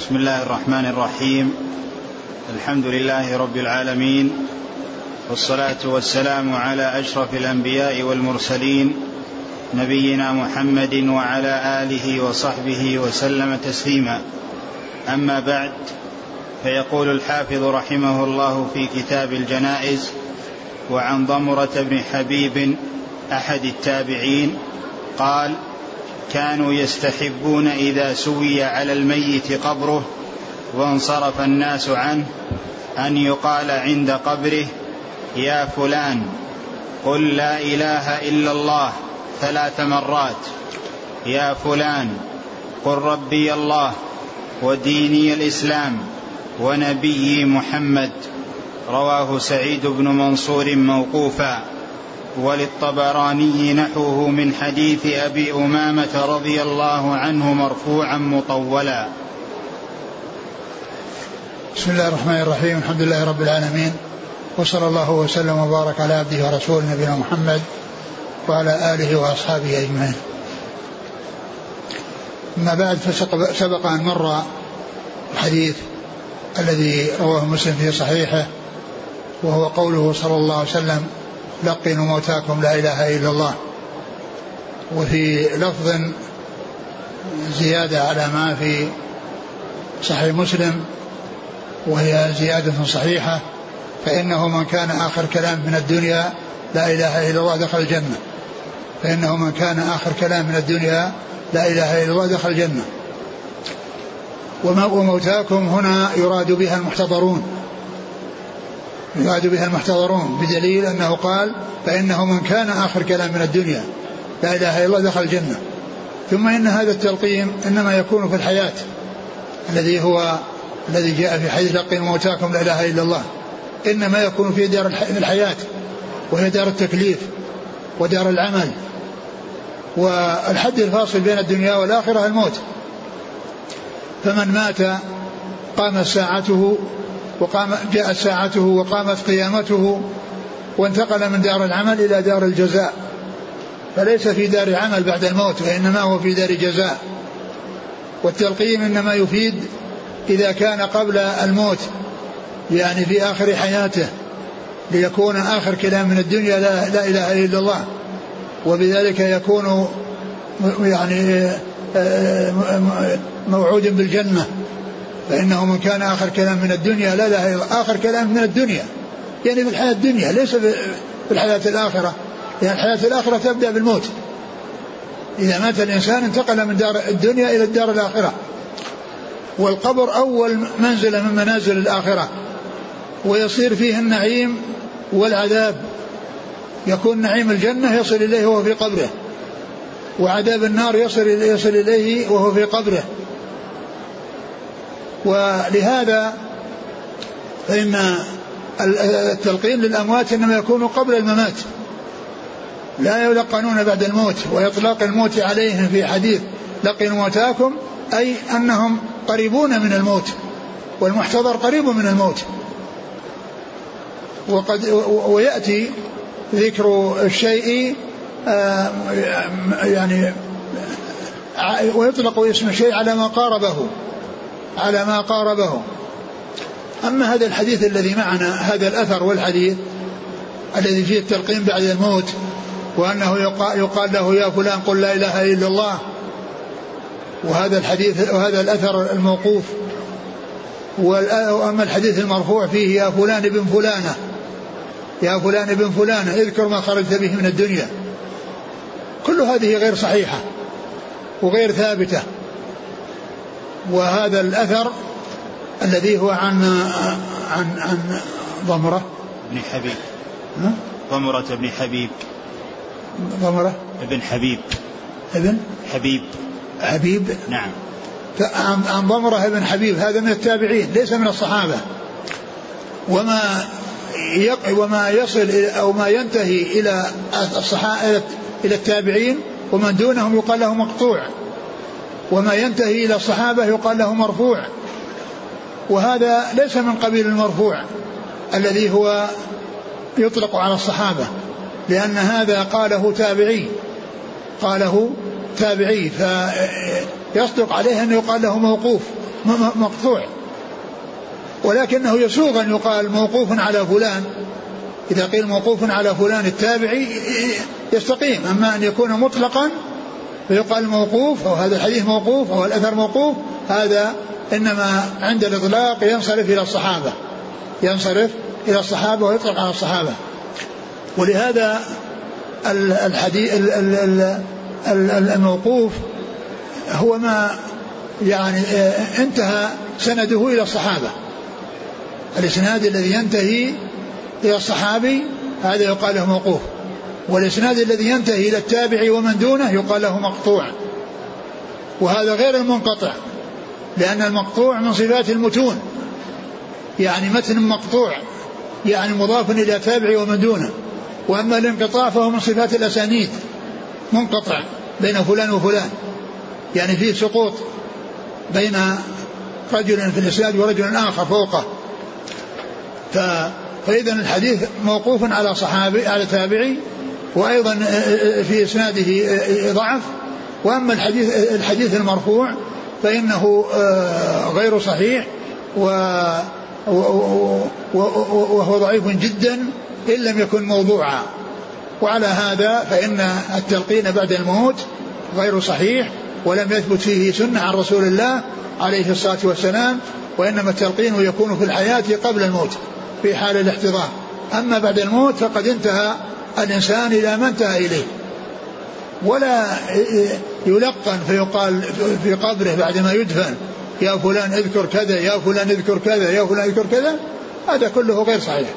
بسم الله الرحمن الرحيم. الحمد لله رب العالمين، والصلاة والسلام على أشرف الأنبياء والمرسلين، نبينا محمد وعلى آله وصحبه وسلم تسليما. أما بعد، فيقول الحافظ رحمه الله في كتاب الجنائز: وعن ضمرة بن حبيب أحد التابعين قال: كانوا يستحبون إذا سوي على الميت قبره وانصرف الناس عنه أن يقال عند قبره: يا فلان قل لا إله إلا الله 3 مرات، يا فلان قل ربي الله وديني الإسلام ونبي محمد. رواه سعيد بن منصور موقوفا، وللطبراني نحوه من حديث أبي أمامة رضي الله عنه مرفوعا مطولا. بسم الله الرحمن الرحيم. الحمد لله رب العالمين، وصلى الله وسلم وبارك على عبده ورسوله نبينا محمد وعلى آله وأصحابه أجمعين. أما بعد، فسبق أن مر الحديث الذي رواه مسلم في صحيحه، وهو قوله صلى الله عليه وسلم: لقنوا موتاكم لا إله إلا الله. وفي لفظ زيادة على ما في صحيح مسلم، وهي زيادة صحيحة: فإنه من كان آخر كلام من الدنيا لا إله إلا الله دخل الجنة. فإنه من كان آخر كلام من الدنيا لا إله إلا الله دخل الجنة. وموتاكم هنا يراد بها المحتضرون، يراد بها المحتضرون، بدليل أنه قال: فإنه من كان آخر كلام من الدنيا لا إله إلا الله دخل الجنة. ثم إن هذا التلقين إنما يكون في الحياة، الذي جاء في حديث: لقنوا موتاكم لا إله إلا الله، إنما يكون في دار الحياة، وهي دار التكليف ودار العمل. والحد الفاصل بين الدنيا والآخرة الموت. فمن مات قامت ساعته جاءت ساعته وقامت قيامته، وانتقل من دار العمل إلى دار الجزاء، فليس في دار عمل بعد الموت، وإنما هو في دار جزاء. والتلقين إنما يفيد إذا كان قبل الموت، يعني في آخر حياته، ليكون آخر كلام من الدنيا لا إله إلا الله، وبذلك يكون يعني موعود بالجنة. فإنه من كان آخر كلام من الدنيا لا إله إلا الله، آخر كلام من الدنيا يعني في الحياة الدنيا، ليس في الحياة الآخرة، يعني الحياة الآخرة تبدأ بالموت. إذا مات الإنسان انتقل من دار الدنيا إلى الدار الآخرة، والقبر أول منزلة من منازل الآخرة، ويصير فيه النعيم والعذاب. يكون نعيم الجنة يصل إليه وهو في قبره، وعذاب النار يصل إليه وهو في قبره. ولهذا فإن التلقين للأموات إنما يكون قبل الممات، لا يلقنون بعد الموت. وإطلاق الموت عليهم في حديث لقنوا موتاكم أي أنهم قريبون من الموت، والمحتضر قريب من الموت. ويأتي ذكر الشيء يعني ويطلق اسم الشيء على ما قاربه. أما هذا الحديث الذي معنا، هذا الأثر والحديث الذي فيه التلقين بعد الموت، وأنه يقال له: يا فلان قل لا إله إلا الله، وهذا الحديث وهذا الأثر الموقوف. وأما الحديث المرفوع فيه: يا فلان ابن فلانة، يا فلان ابن فلانة اذكر ما خرجت به من الدنيا. كل هذه غير صحيحة وغير ثابتة. وهذا الأثر الذي هو عن ضمرة بن حبيب، ضمرة بن حبيب، ضمرة ابن حبيب، ابن حبيب، نعم، عن ضمرة ابن حبيب، هذا من التابعين ليس من الصحابة. وما يصل أو ما ينتهي إلى الصحابة إلى التابعين ومن دونهم يقال له مقطوع، وما ينتهي إلى الصحابة يقال له مرفوع. وهذا ليس من قبيل المرفوع الذي هو يطلق على الصحابة، لأن هذا قاله تابعي، فيصدق عليه أن يقال له موقوف، مقطوع، ولكنه يسوغ أن يقال موقوف على فلان. إذا قيل موقوف على فلان التابعي يستقيم، أما أن يكون مطلقا فيقال موقوف أو هذا الحديث موقوف أو الأثر موقوف، هذا إنما عند الإطلاق ينصرف إلى الصحابة ويطلق على الصحابة. ولهذا الحديث الموقوف هو ما يعني انتهى سنده إلى الصحابة، الإسناد الذي ينتهي إلى الصحابي هذا يقال له موقوف، والإسناد الذي ينتهي إلى التابع ومن دونه يقال له مقطوع، وهذا غير المنقطع، لأن المقطوع من صفات المتون، يعني متن مقطوع يعني مضاف إلى تابع ومن دونه، وأما الانقطاع فهو من صفات الأسانيد، منقطع بين فلان وفلان، يعني فيه سقوط بين رجل في الإسناد ورجل آخر فوقه. فإذا الحديث موقوف على صحابي على تابعي، وأيضا في إسناده ضعف. وأما الحديث المرفوع فإنه غير صحيح وهو ضعيف جدا إن لم يكن موضوعا. وعلى هذا فإن التلقين بعد الموت غير صحيح، ولم يثبت فيه سنة عن رسول الله عليه الصلاة والسلام، وإنما التلقين يكون في الحياة قبل الموت في حال الاحتضار، أما بعد الموت فقد انتهى الإنسان إلى ما انتهى إليه. ولا يلقن فيقال في قبره بعدما يدفن يا فلان اذكر كذا، يا فلان اذكر كذا، يا فلان اذكر كذا، هذا كله غير صحيح.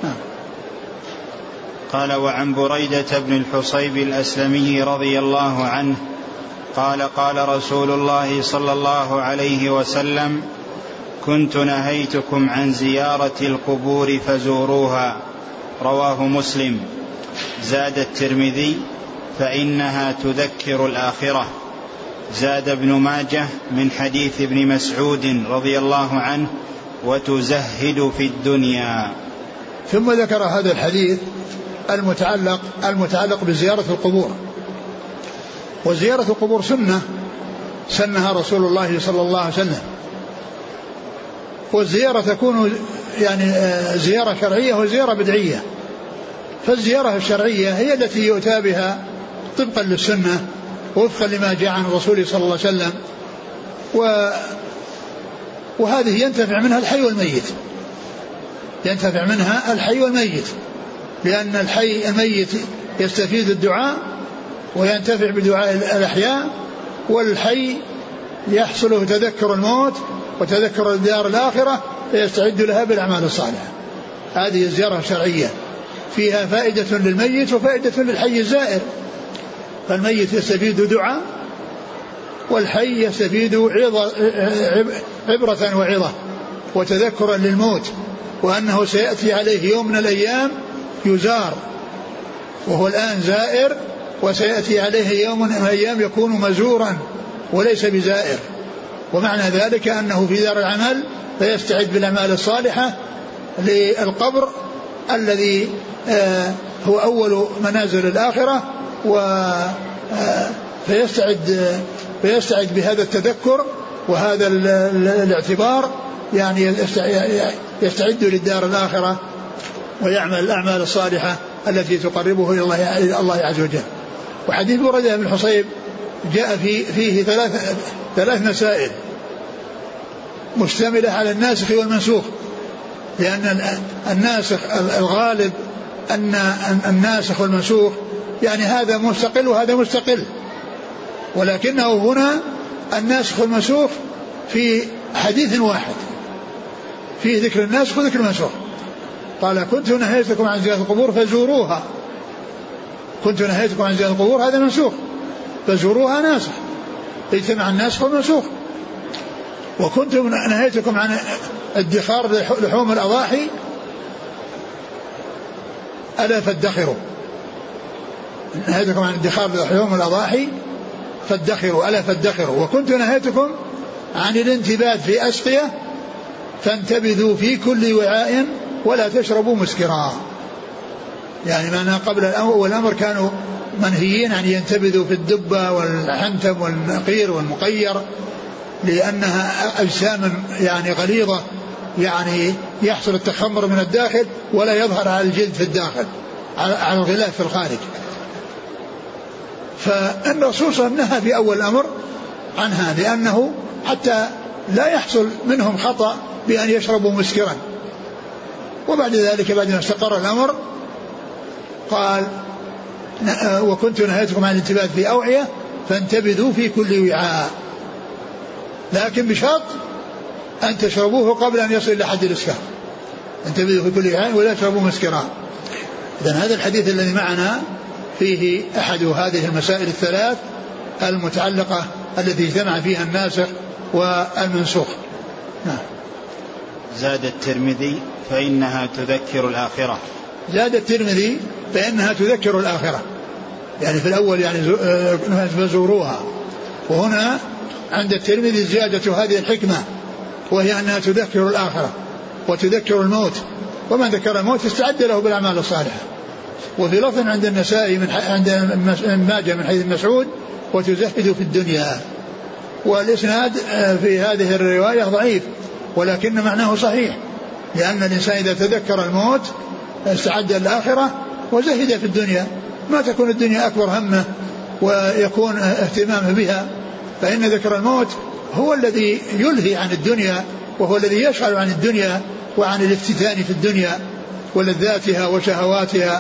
قال: وعن بريدة بن الحصيب الأسلمي رضي الله عنه قال: قال رسول الله صلى الله عليه وسلم: كنت نهيتكم عن زيارة القبور فزوروها. رواه مسلم. زاد الترمذي: فإنها تذكر الآخرة. زاد ابن ماجه من حديث ابن مسعود رضي الله عنه: وتزهد في الدنيا. ثم ذكر هذا الحديث المتعلق بزيارة القبور. وزيارة القبور سنها رسول الله صلى الله عليه وسلم، والزيارة تكون يعني زيارة شرعية وزيارة بدعية. فالزيارة الشرعية هي التي يؤتى بها طبقا للسنة وفقا لما جاء عن الرسول صلى الله عليه وسلم، وهذه ينتفع منها الحي والميت، لأن الحي الميت يستفيد الدعاء وينتفع بدعاء الأحياء، والحي يحصل له تذكر الموت وتذكر الدار الآخرة فيستعد لها بالأعمال الصالحة. هذه الزيارة الشرعية فيها فائدة للميت وفائدة للحي الزائر، فالميت يستفيد دعاء والحي يستفيد عبرة وعظة وتذكرا للموت، وأنه سيأتي عليه يوم من الأيام يزار، وهو الآن زائر، وسيأتي عليه يوم من الأيام يكون مزورا وليس بزائر. ومعنى ذلك أنه في دار العمل فيستعد بالأعمال الصالحة للقبر الذي هو أول منازل الآخرة، فيستعد بهذا التذكر وهذا الاعتبار، يعني يستعد للدار الآخرة ويعمل الأعمال الصالحة التي تقربه إلى الله عز وجل. وحديث بريدة بن الحصيب جاء فيه ثلاث مسائل مشتملة على الناسخ والمنسوخ، لأن الناسخ الغالب أن الناسخ والمنسوخ يعني هذا مستقل وهذا مستقل، ولكنه هنا الناسخ والمنسوخ في حديث واحد فيه ذكر الناسخ وذكر المنسوخ. قال: كنت نهيتكم عن زيارة القبور فزوروها. كنت نهيتكم عن زيارة القبور هذا منسوخ، فزوروها ناسخ، اجتمع الناسخ والمنسوخ. وكنت نهيتكم عن ادخار لحوم الأضاحي ألا فادخروا. نهيتكم عن ادخار لحوم الأضاحي فادخروا ألا فادخروا. وكنت نهيتكم عن الانتباذ في أسقية فانتبذوا في كل وعاء ولا تشربوا مسكرا. يعني معنى قبل الأمر كانوا منهيين أن ينتبذوا في الدبة والحنتم والنقير والمقير لأنها أجسام يعني غليظة، يعني يحصل التخمر من الداخل ولا يظهر على الجلد في الداخل، على الغلاف في الخارج. فالرسول صلى الله عليه وسلم نهى في أول الأمر عنها، لأنه حتى لا يحصل منهم خطأ بأن يشربوا مسكرا. وبعد ذلك بعد ما استقر الأمر قال وكنت نهيتكم عن الانتباه في أوعية فانتبذوا في كل وعاء، لكن بشرط أن تشربوه قبل أن يصل إلى حد الإسكار. انتبذوا في كل وعاء ولا تشربوا مسكرا. إذن هذا الحديث الذي معنا فيه أحد هذه المسائل الثلاث المتعلقة التي اجتمع فيها الناسخ والمنسوخ. نعم. زاد الترمذي فإنها تذكر الآخرة. زاد الترمذي فإنها تذكر الآخرة، يعني في الأول يعني فزوروها، وهنا عند الترمذي زيادة هذه الحكمة، وهي أنها تذكر الآخرة وتذكر الموت، ومن ذكر الموت استعد له بالأعمال الصالحة. وفي لفظ عند النسائي عند ماجه من حديث مسعود وتزهد في الدنيا. والإسناد في هذه الرواية ضعيف، ولكن معناه صحيح، لأن الإنسان إذا تذكر الموت استعد الآخرة وزهد في الدنيا، ما تكون الدنيا أكبر همه ويكون اهتمامه بها، فإن ذكر الموت هو الذي يلهي عن الدنيا، وهو الذي يشغل عن الدنيا وعن الافتتان في الدنيا ولذاتها وشهواتها.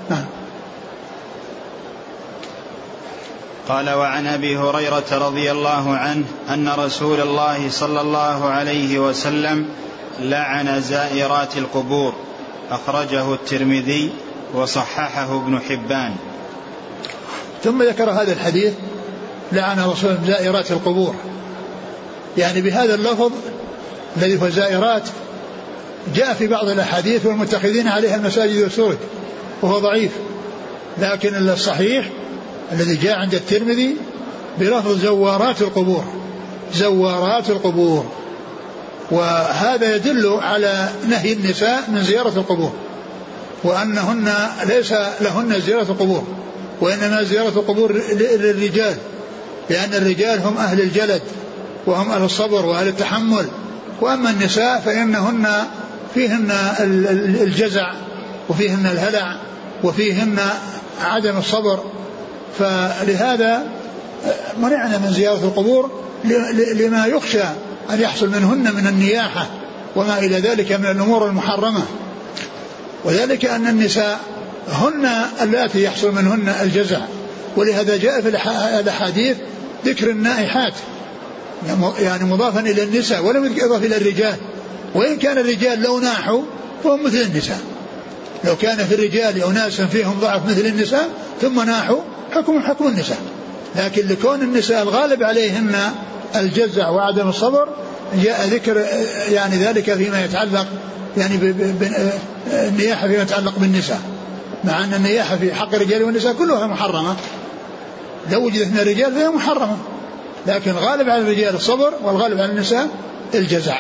قال وعن أبي هريرة رضي الله عنه أن رسول الله صلى الله عليه وسلم لعن زائرات القبور، أخرجه الترمذي وصححه ابن حبان. ثم ذكر هذا الحديث لعن رسول الله زائرات القبور، يعني بهذا اللفظ الذي هو زائرات جاء في بعض الأحاديث والمتخذين عليها المساجد والسرج، وهو ضعيف، لكن الصحيح الذي جاء عند الترمذي بلفظ زوارات القبور، زوارات القبور. وهذا يدل على نهي النساء من زيارة القبور، وأنهن ليس لهن زيارة القبور، وإنما زيارة القبور للرجال، لأن الرجال هم أهل الجلد وهم أهل الصبر وأهل التحمل، وأما النساء فإنهن فيهن الجزع وفيهن الهلع وفيهن عدم الصبر، فلهذا منعنا من زيارة القبور لما يخشى أن يحصل منهن من النياحة وما إلى ذلك من الأمور المحرمة، وذلك أن النساء هن اللاتي يحصل منهن الجزع، ولهذا جاء في الأحاديث ذكر النائحات، يعني مضافا إلى النساء ولم يضاف إلى الرجال، وإن كان الرجال لو ناحوا فهم مثل النساء، لو كان في الرجال أناس فيهم ضعف مثل النساء ثم ناحوا حكم النساء، لكن لكون النساء الغالب عليهن الجزع وعدم الصبر جاء ذكر يعني ذلك فيما يتعلق يعني النياحة فيما يتعلق بالنساء، مع أن النياحة في حق الرجال والنساء كلها محرمة، لو وجدت من الرجال فهي محرمة، لكن غالب على الرجال الصبر والغالب على النساء الجزع.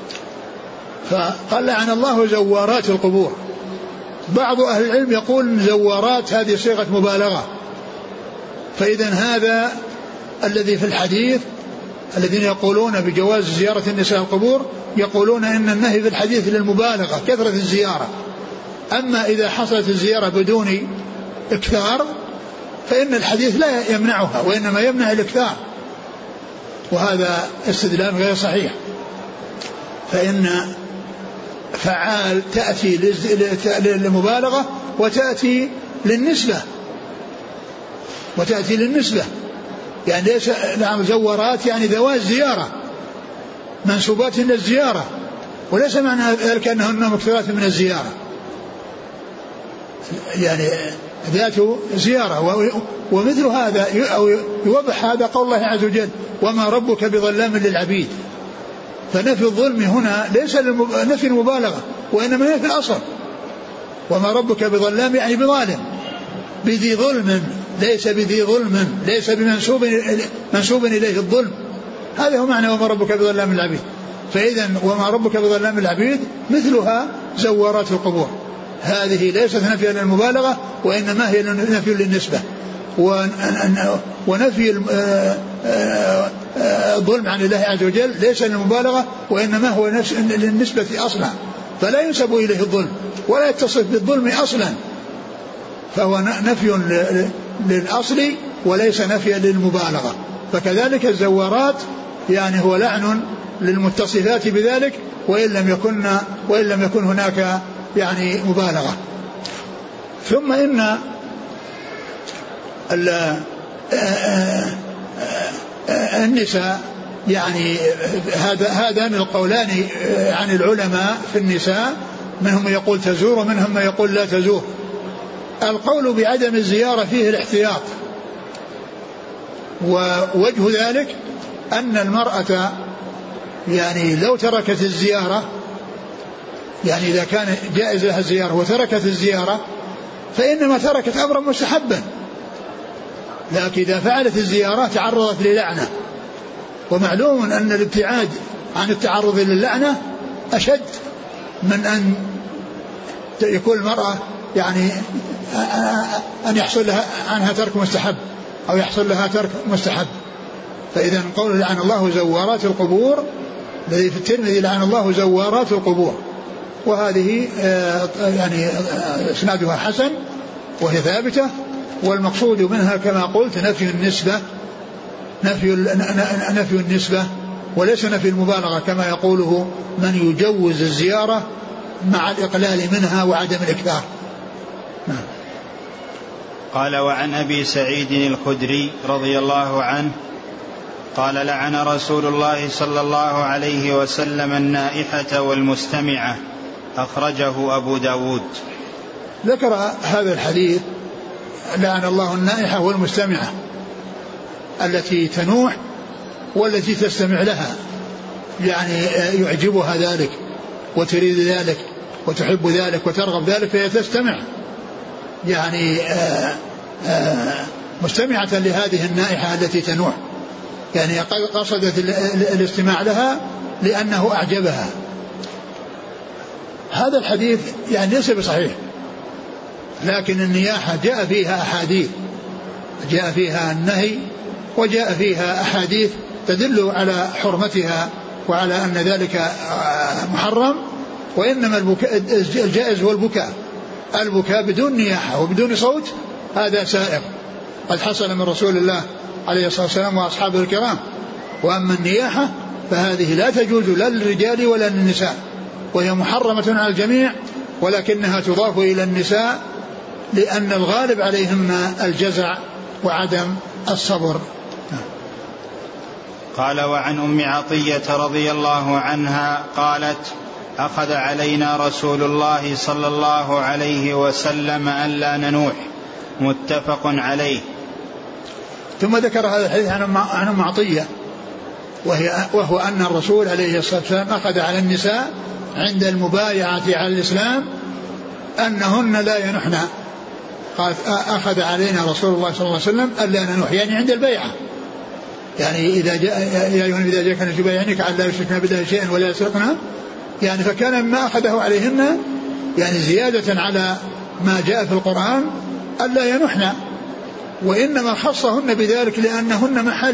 فقال لعن الله زوارات القبور. بعض أهل العلم يقول زوارات هذه صيغة مبالغة، فإذا هذا الذي في الحديث الذين يقولون بجواز زيارة النساء القبور يقولون إن النهي في الحديث للمبالغة كثرة الزيارة، أما إذا حصلت الزيارة بدون إكثار فإن الحديث لا يمنعها وإنما يمنع الإكثار، وهذا استدلال غير صحيح، فإن فعال تأتي للمبالغة وتأتي للنسبة، يعني ليس نعم زوارات يعني ذوات زيارة منسوبات إلى الزيارة، وليس معنى ذلك أنهن مكثرات من الزيارة، يعني ذات زيارة. ومثل هذا أو يوضح هذا قول الله عز وجل وما ربك بظلام للعبيد، فنفي الظلم هنا ليس نفي المبالغة وإنما نفي الأصل، وما ربك بظلام يعني بظالم، بذي ظلم ليس بذي ظلم، ليس بمنسوب إليه الظلم، هذا هو معنى وما ربك بظلام للعبيد. فإذا وما ربك بظلام للعبيد مثلها زوارات القبور، هذه ليست نفيا للمبالغة وإنما هي نفي للنسبة، ونفي ظلم عن الله عز وجل ليس للمبالغة وإنما هو للنسبة أصلا، فلا ينسب إليه الظلم ولا يتصف بالظلم أصلا، فهو نفي للأصل وليس نفيا للمبالغة. فكذلك الزوارات يعني هو لعن للمتصفات بذلك وإن لم يكن هناك يعني مبالغة. ثم إن النساء يعني هذان القولان عن العلماء في النساء، منهم من يقول تزور ومنهم من يقول لا تزور. القول بعدم الزيارة فيه الاحتياط، ووجه ذلك أن المرأة يعني لو تركت الزيارة، يعني إذا كان جائز لها الزيارة وتركت الزيارة فإنما تركت أمرا مستحبا، لكن إذا فعلت الزيارة تعرضت للعنة، ومعلوم أن الابتعاد عن التعرض للعنة أشد من أن يكون المرأة يعني أن يحصل لها عنها ترك مستحب أو يحصل لها ترك مستحب. فإذا قول لعن الله زوارات القبور الذي في الترمذي لعن الله زوارات القبور، وهذه يعني اسنادها حسن وهي ثابتة، والمقصود منها كما قلت نفي النسبة وليس نفي المبالغة كما يقوله من يجوز الزيارة مع الإقلال منها وعدم الإكثار. قال وعن أبي سعيد الخدري رضي الله عنه قال لعن رسول الله صلى الله عليه وسلم النائحة والمستمعة، أخرجه أبو داود. ذكر هذا الحديث لعن الله النائحة والمستمعة التي تنوح والتي تستمع لها، يعني يعجبها ذلك وتريد ذلك وتحب ذلك وترغب ذلك فهي تستمع، يعني مستمعة لهذه النائحة التي تنوح، يعني قصدت الاستماع لها لأنه أعجبها. هذا الحديث يعني ليس بصحيح، لكن النياحة جاء فيها أحاديث، جاء فيها النهي وجاء فيها أحاديث تدل على حرمتها وعلى أن ذلك محرم، وإنما الجائز هو البكاء بدون نياحة وبدون صوت، هذا سائغ قد حصل من رسول الله عليه الصلاة والسلام وأصحابه الكرام. وأما النياحة فهذه لا تجوز لا للرجال ولا للنساء، وهي محرمة على الجميع، ولكنها تضاف إلى النساء لأن الغالب عليهن الجزع وعدم الصبر. قال وعن أم عطية رضي الله عنها قالت أخذ علينا رسول الله صلى الله عليه وسلم ألا ننوح، متفق عليه. ثم ذكر هذا الحديث عن أم عطية، وهو أن الرسول عليه الصلاة والسلام أخذ على النساء عند المبايعة على الإسلام أنهن لا ينحن. قال أخذ علينا رسول الله صلى الله عليه وسلم ألا ننوح، يعني عند البيعة، يعني إذا جاء كان يبايعنك على لا يشركنا بالله شيئا ولا يسرقنا، يعني فكان ما أخذه عليهن يعني زيادة على ما جاء في القرآن ألا ينحن، وإنما خصهن بذلك لأنهن محل،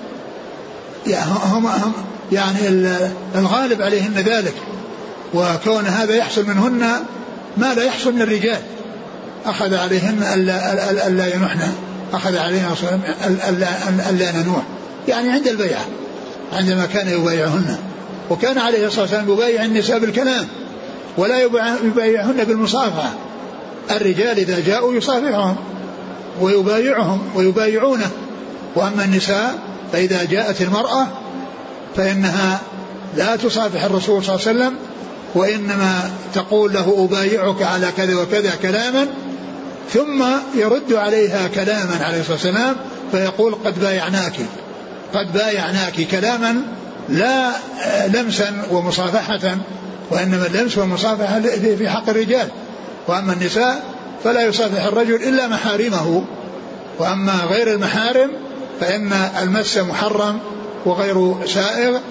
يعني الغالب عليهن ذلك، وكون هذا يحصل منهن ما لا يحصل من الرجال. أخذ عليهن ألا ينحن، أخذ علينا ألا ننوح، يعني عند البيعة عندما كان يبايعهن. وكان عليه الصلاة والسلام يبايع النساء بالكلام ولا يبايعهن بالمصافحة. الرجال إذا جاءوا يصافحهم ويبايعهم ويبايعونه، وأما النساء فإذا جاءت المرأة فإنها لا تصافح الرسول صلى الله عليه وسلم، وإنما تقول له أبايعك على كذا وكذا كلاما، ثم يرد عليها كلاما عليه الصلاة والسلام فيقول قد بايعناك كلاما لا لمسا ومصافحة، وإنما اللمس والمصافحة في حق الرجال. وأما النساء فلا يصافح الرجل إلا محارمه، وأما غير المحارم فإن المس محرم وغير سائغ.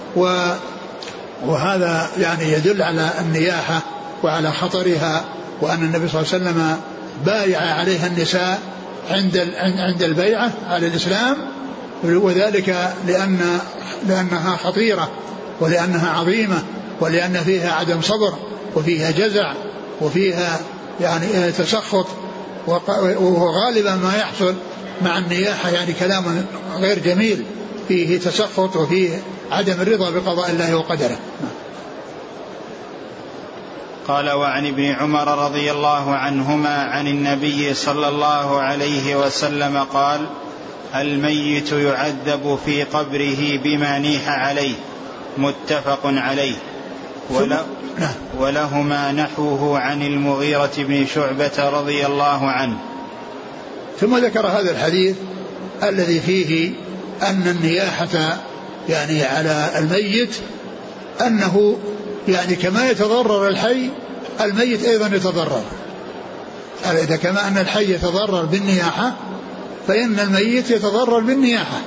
وهذا يعني يدل على النياحة وعلى خطرها، وأن النبي صلى الله عليه وسلم بايع عليها النساء عند البيعة على الإسلام، وذلك لأنها خطيرة ولأنها عظيمة ولأن فيها عدم صبر وفيها جزع وفيها يعني تسخط. وغالبا ما يحصل مع النياحة يعني كلام غير جميل فيه تسخط وفيه عدم الرضا بقضاء الله وقدره. قال وعن ابن عمر رضي الله عنهما عن النبي صلى الله عليه وسلم قال الميت يعذب في قبره بما نيح عليه متفق عليه. ولهما نحوه عن المغيرة بن شعبة رضي الله عنه. ثم ذكر هذا الحديث الذي فيه أن النياحة يعني على الميت أنه يعني كما يتضرر الحي الميت أيضا يتضرر. إذا كما أن الحي يتضرر بالنياحة فإن الميت يتضرر بالنياحة.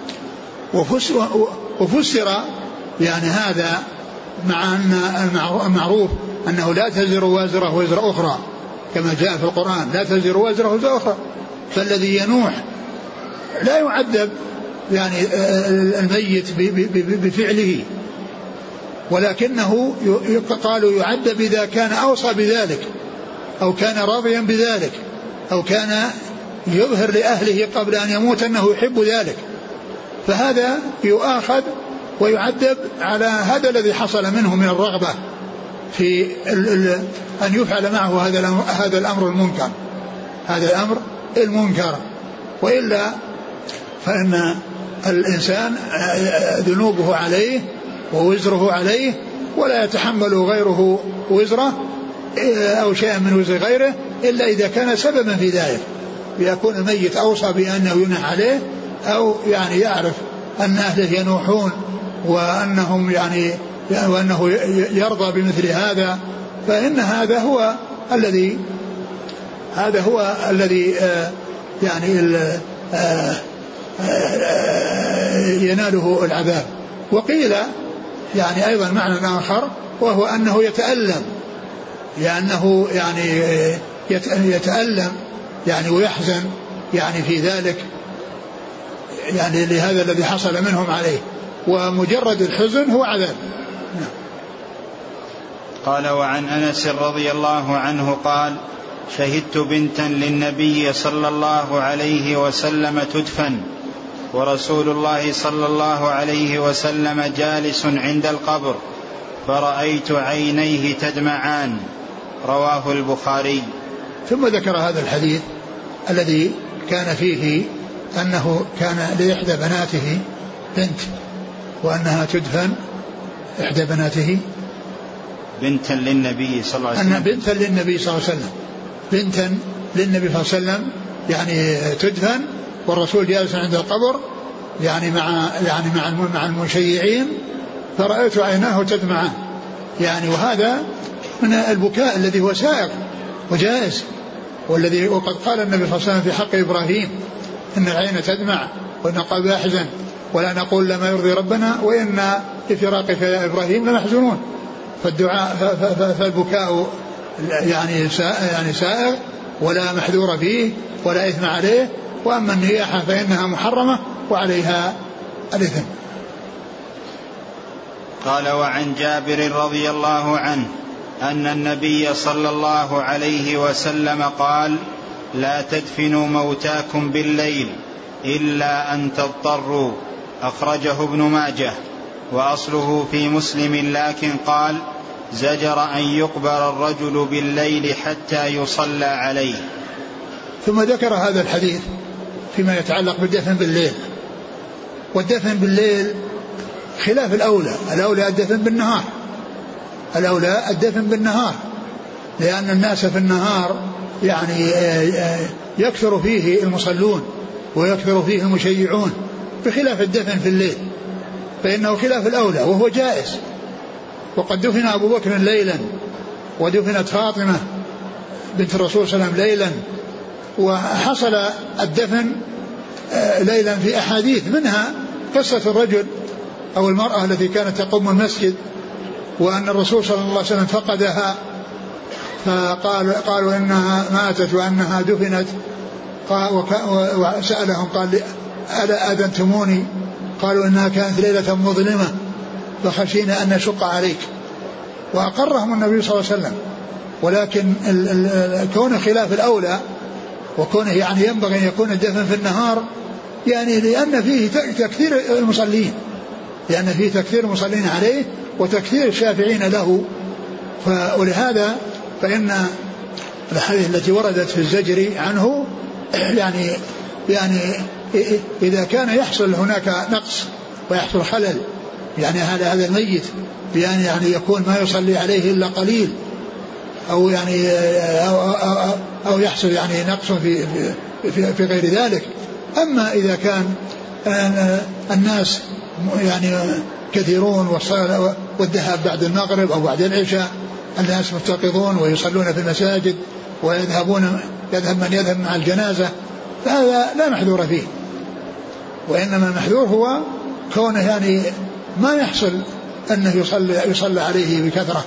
وفسر يعني هذا مع أن المعروف أنه لا تزر وازرة وزر أخرى كما جاء في القرآن لا تزر وازرة وزر أخرى. فالذي ينوح لا يعذب يعني الميت بفعله ولكنه قالوا يعذب إذا كان أوصى بذلك أو كان راضيا بذلك أو كان يظهر لأهله قبل أن يموت أنه يحب ذلك فهذا يؤاخذ ويعذب على هذا الذي حصل منه من الرغبة في أن يفعل معه هذا الأمر المنكر وإلا فإن الإنسان ذنوبه عليه ووزره عليه ولا يتحمل غيره وزره أو شيئا من وزر غيره إلا إذا كان سببا في ذلك بيكون الميت أوصى بأنه ينح عليه أو يعني يعرف أن أهله ينوحون وأنهم يعني وأنه يرضى بمثل هذا فإن هذا هو الذي يعني يناله العذاب. وقيل يعني أيضا معنى آخر وهو أنه يتألم لأنه يعني يتألم يعني ويحزن يعني في ذلك يعني لهذا الذي حصل منهم عليه ومجرد الحزن هو عذاب. قال وعن أنس رضي الله عنه قال شهدت بنتا للنبي صلى الله عليه وسلم تدفن ورسول الله صلى الله عليه وسلم جالس عند القبر فرأيت عينيه تدمعان رواه البخاري. ثم ذكر هذا الحديث الذي كان فيه أنه كان لإحدى بناته بنت وأنها تدفن إحدى بناته بنتا للنبي صلى الله عليه وسلم بنتا للنبي صلى الله عليه وسلم بنتا للنبي صلى الله عليه وسلم يعني تدفن والرسول جالس عند القبر يعني مع المشيعين فرأيت عيناه تدمعان يعني وهذا من البكاء الذي هو سائغ وجائز والذي وقد قال النبي صلى الله عليه وسلم في حق إبراهيم إن العين تدمع وإن القلب يحزن ولا نقول لما يرضي ربنا وإن لفراقك يا إبراهيم لمحزنون. فالبكاء يعني سائغ ولا محذور فيه ولا إثم عليه. وأما النياحة فإنها محرمة وعليها الإثم. قال وعن جابر رضي الله عنه أن النبي صلى الله عليه وسلم قال لا تدفنوا موتاكم بالليل إلا أن تضطروا أخرجه ابن ماجه وأصله في مسلم لكن قال زجر أن يقبر الرجل بالليل حتى يصلى عليه. ثم ذكر هذا الحديث فيما يتعلق بالدفن بالليل. والدفن بالليل خلاف الأولى الدفن بالنهار لأن الناس في النهار يعني يكثر فيه المصلون ويكثر فيه المشيعون بخلاف الدفن في الليل فإنه خلاف الأولى وهو جائز. وقد دفن أبو بكر ليلا ودفنت فاطمة بنت الرسول صلى الله عليه وسلم ليلا وحصل الدفن ليلا في أحاديث منها قصة الرجل أو المرأة التي كانت تقوم المسجد وأن الرسول صلى الله عليه وسلم فقدها فقالوا إنها ماتت وأنها دفنت وسألهم قال ألا أذنتموني؟ قالوا إنها كانت ليلة مظلمة فخشينا أن نشق عليك. وأقرهم النبي صلى الله عليه وسلم. ولكن كون خلاف الأولى وكونه يعني ينبغي أن يكون الدفن في النهار يعني لأن فيه تكثير المصلين، لأن فيه تكثير المصلين عليه وتكثير الشافعين له. ولهذا فإن الحديث التي وردت في الزجر عنه يعني إذا كان يحصل هناك نقص ويحصل خلل يعني هذا الميت يعني يكون ما يصلي عليه إلا قليل أو يعني أو يحصل يعني نقص في غير ذلك. أما إذا كان الناس يعني كثيرون والذهاب بعد المغرب أو بعد العشاء الناس مفتقدون ويصلون في المساجد يذهب من يذهب مع الجنازة، فهذا لا محذور فيه. وإنما المحذور هو كونه يعني ما يحصل أنه يصلى عليه بكثرة.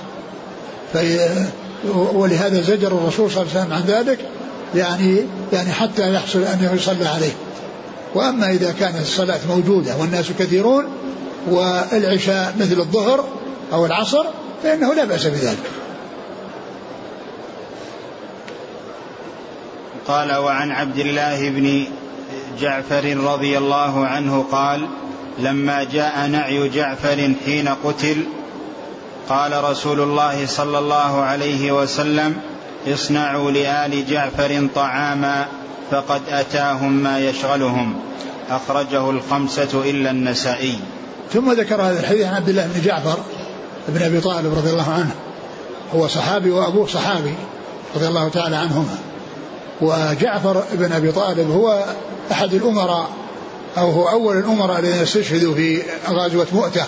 ولهذا زجر الرسول صلى الله عليه وسلم عن ذلك يعني حتى يحصل أنه يصلى عليه. وأما إذا كانت الصلاة موجودة والناس كثيرون والعشاء مثل الظهر أو العصر فإنه لا بأس بذلك. قال وعن عبد الله بن جعفر رضي الله عنه قال لما جاء نعي جعفر حين قتل قال رسول الله صلى الله عليه وسلم اصنعوا لآل جعفر طعاما فقد أتاهم ما يشغلهم. أخرجه الخمسة إلا النسائي. ثم ذكر هذا الحديث عن عبد الله بن جعفر بن أبي طالب رضي الله عنه، هو صحابي وأبوه صحابي رضي الله تعالى عنهما. وجعفر بن أبي طالب هو أحد الأمراء أو هو أول الأمراء الذين استشهدوا في غزوة مؤتة،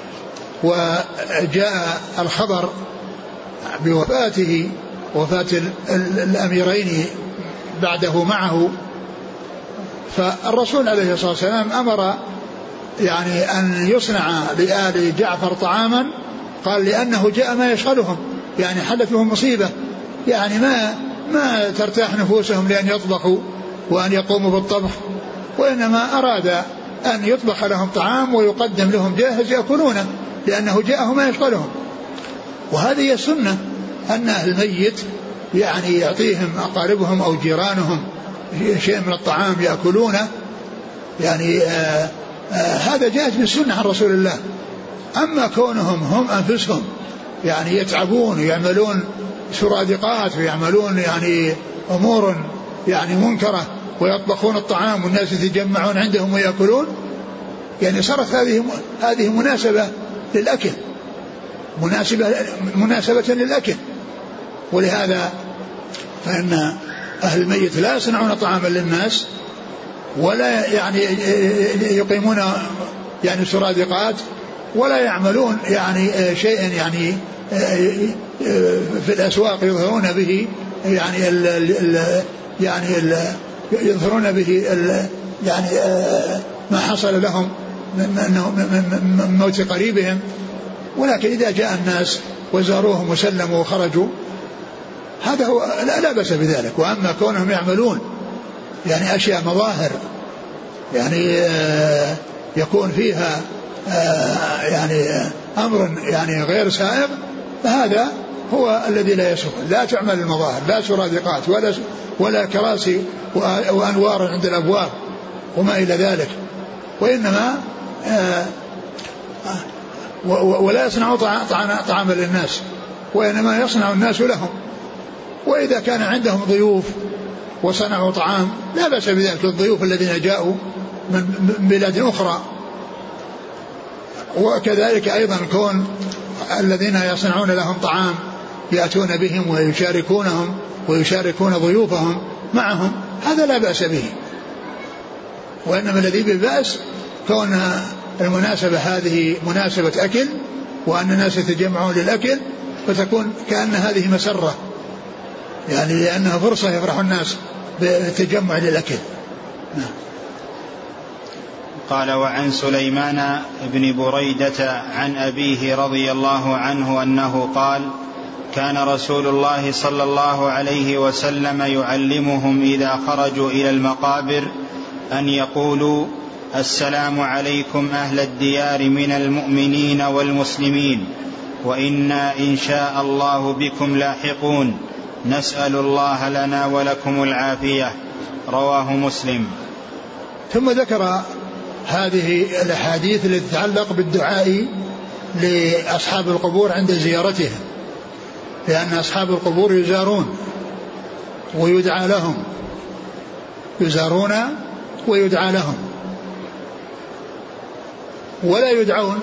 وجاء الخبر بوفاته وفاة الأميرين بعده معه. فالرسول عليه الصلاة والسلام أمر يعني أن يصنع لآل جعفر طعاما، قال لأنه جاء ما يشغلهم، يعني حدث لهم مصيبة، يعني ما ترتاح نفوسهم لأن يطبخوا وأن يقوموا بالطبخ، وإنما أراد أن يطبخ لهم طعام ويقدم لهم جاهز يأكلونه لأنه جاءه ما يشغلهم. وهذه هي السنة أن أهل الميت يعني يعطيهم أقاربهم أو جيرانهم شيء من الطعام يأكلونه، يعني هذا جاءت بالسنة عن رسول الله. أما كونهم هم أنفسهم يعني يتعبون ويعملون سرادقات ويعملون يعني أمور يعني منكرة ويطبخون الطعام والناس يتجمعون عندهم ويأكلون، يعني صارت هذه مناسبة للأكل، مناسبة للأكل. ولهذا فإن أهل الميت لا يصنعون طعاما للناس ولا يعني يقيمون يعني سرادقات ولا يعملون يعني شيئا يعني في الأسواق يظهرون به يظهرون به يعني ما حصل لهم من موت قريبهم. ولكن إذا جاء الناس وزاروهم وسلموا وخرجوا هذا هو لا بأس بذلك. وأما كونهم يعملون يعني أشياء مظاهر يعني يكون فيها يعني أمر يعني غير سائغ، فهذا هو الذي لا يسوق. لا تعمل المظاهر، لا سرادقات ولا كراسي وأنوار عند الأبواب وما إلى ذلك، وإنما ولا يصنعوا طعاما للناس، وإنما يصنع الناس لهم. وإذا كان عندهم ضيوف وصنعوا طعام لا بأس بذلك للضيوف الذين جاءوا من بلاد أخرى. وكذلك أيضا كون الذين يصنعون لهم طعام يأتون بهم ويشاركونهم ويشاركون ضيوفهم معهم، هذا لا بأس به. وإنما الذي ببأس كون المناسبة هذه مناسبة أكل وأن الناس يتجمعون للأكل فتكون كأن هذه مسرة، يعني لأنها فرصة يفرح الناس بالتجمع للأكل. قال وعن سليمان بن بريدة عن أبيه رضي الله عنه أنه قال كان رسول الله صلى الله عليه وسلم يعلمهم إذا خرجوا إلى المقابر أن يقولوا السلام عليكم أهل الديار من المؤمنين والمسلمين وإنا إن شاء الله بكم لاحقون نسأل الله لنا ولكم العافية. رواه مسلم. ثم ذكر هذه الأحاديث التي تتعلق بالدعاء لأصحاب القبور عند زيارتهم، لأن أصحاب القبور يزارون ويدعى لهم، يزارون ويدعى لهم، ولا يدعون،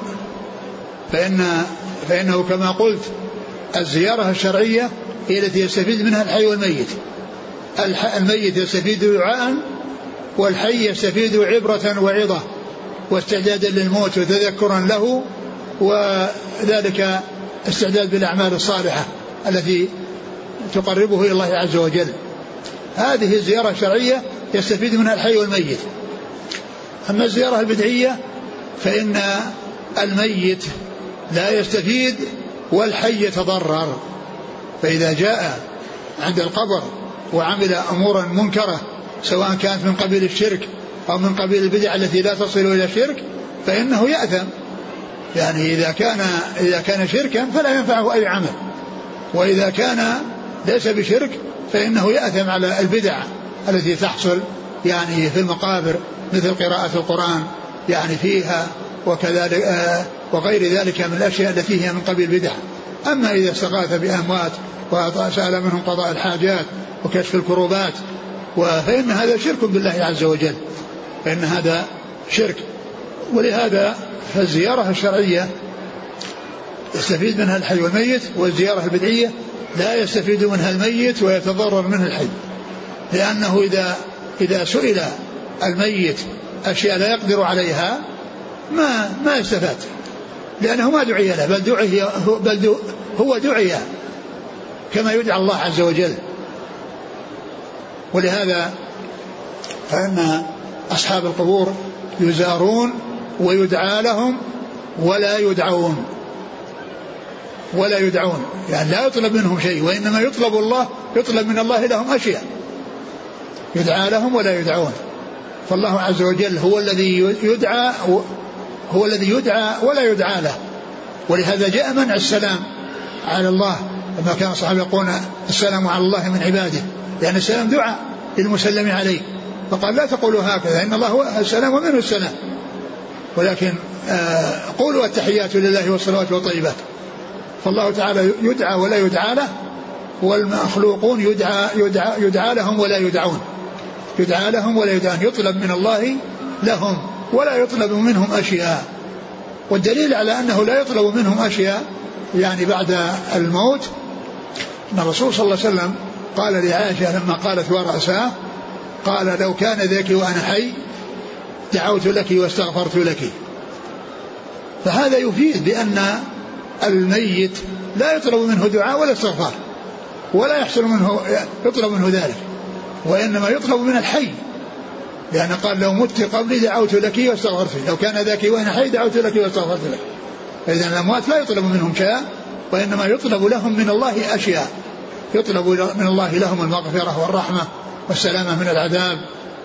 فإنه كما قلت الزيارة الشرعية هي التي يستفيد منها الحي والميت. الميت يستفيد دعاء، والحي يستفيد عبرة وعظة واستعدادا للموت وتذكرا له، وذلك استعداد بالأعمال الصالحة التي تقربه إلى الله عز وجل. هذه الزيارة الشرعية يستفيد منها الحي والميت. أما الزيارة البدعية فإن الميت لا يستفيد والحي يتضرر. فإذا جاء عند القبر وعمل أمورا منكرة سواء كانت من قبيل الشرك أو من قبيل البدع التي لا تصل إلى الشرك فإنه يأثم. يعني إذا كان شركا فلا ينفعه أي عمل، وإذا كان ليس بشرك فإنه يأثم على البدع التي تحصل يعني في المقابر، مثل قراءة القرآن يعني فيها وكذلك وغير ذلك من الأشياء التي هي من قبيل بدع. أما إذا استغاث بأموات وسأل منهم قضاء الحاجات وكشف الكروبات فإن هذا شرك بالله عز وجل، فإن هذا شرك. ولهذا فالزيارة الشرعية يستفيد منها الحي والميت، والزيارة البدعية لا يستفيد منها الميت ويتضرر منها الحي، لأنه إذا سئل الميت أشياء لا يقدر عليها ما يستفاد، لأنه ما دعي له، بل هو دعي كما يدعى الله عز وجل. ولهذا فإن أصحاب القبور يزارون ويدعى لهم ولا يدعون، يعني لا يطلب منهم شيء، وإنما يطلب من الله لهم أشياء، يدعى لهم ولا يدعون. فالله عز وجل هو الذي يدعى ولا يدعى له. ولهذا جاء منع السلام على الله، لما كان الصحابة يقولون السلام على الله من عباده، لأن السلام دعاء للمسلم عليه، فقال لا تقولوا هكذا، إن الله هو السلام ومنه السلام، ولكن قولوا التحيات لله والصلوات والطيبات. فالله تعالى يدعى ولا يدعى له، والمخلوقون يدعى لهم ولا يدعون، يدعى لهم ولا يدعون، يطلب من الله لهم ولا يطلب منهم أشياء. والدليل على أنه لا يطلب منهم أشياء يعني بعد الموت أن الرسول صلى الله عليه وسلم قال لعائشة لما قالت ورأساه، قال لو كان ذاك وأنا حي دعوت لك واستغفرت لك. فهذا يفيد بأن الميت لا يطلب منه دعاء ولا استغفار، ولا يحصل منه يطلب منه ذلك، وإنما يطلب من الحي، لأن قال لو مت قبلي دعوت لك واستغفرت لك، لو كان ذاك وأنا حي دعوت لك واستغفرت لك. فإذا الأموات لا يطلب منهم شيء، وإنما يطلب لهم من الله أشياء، يطلب من الله لهم المغفرة والرحمة والسلامة من العذاب.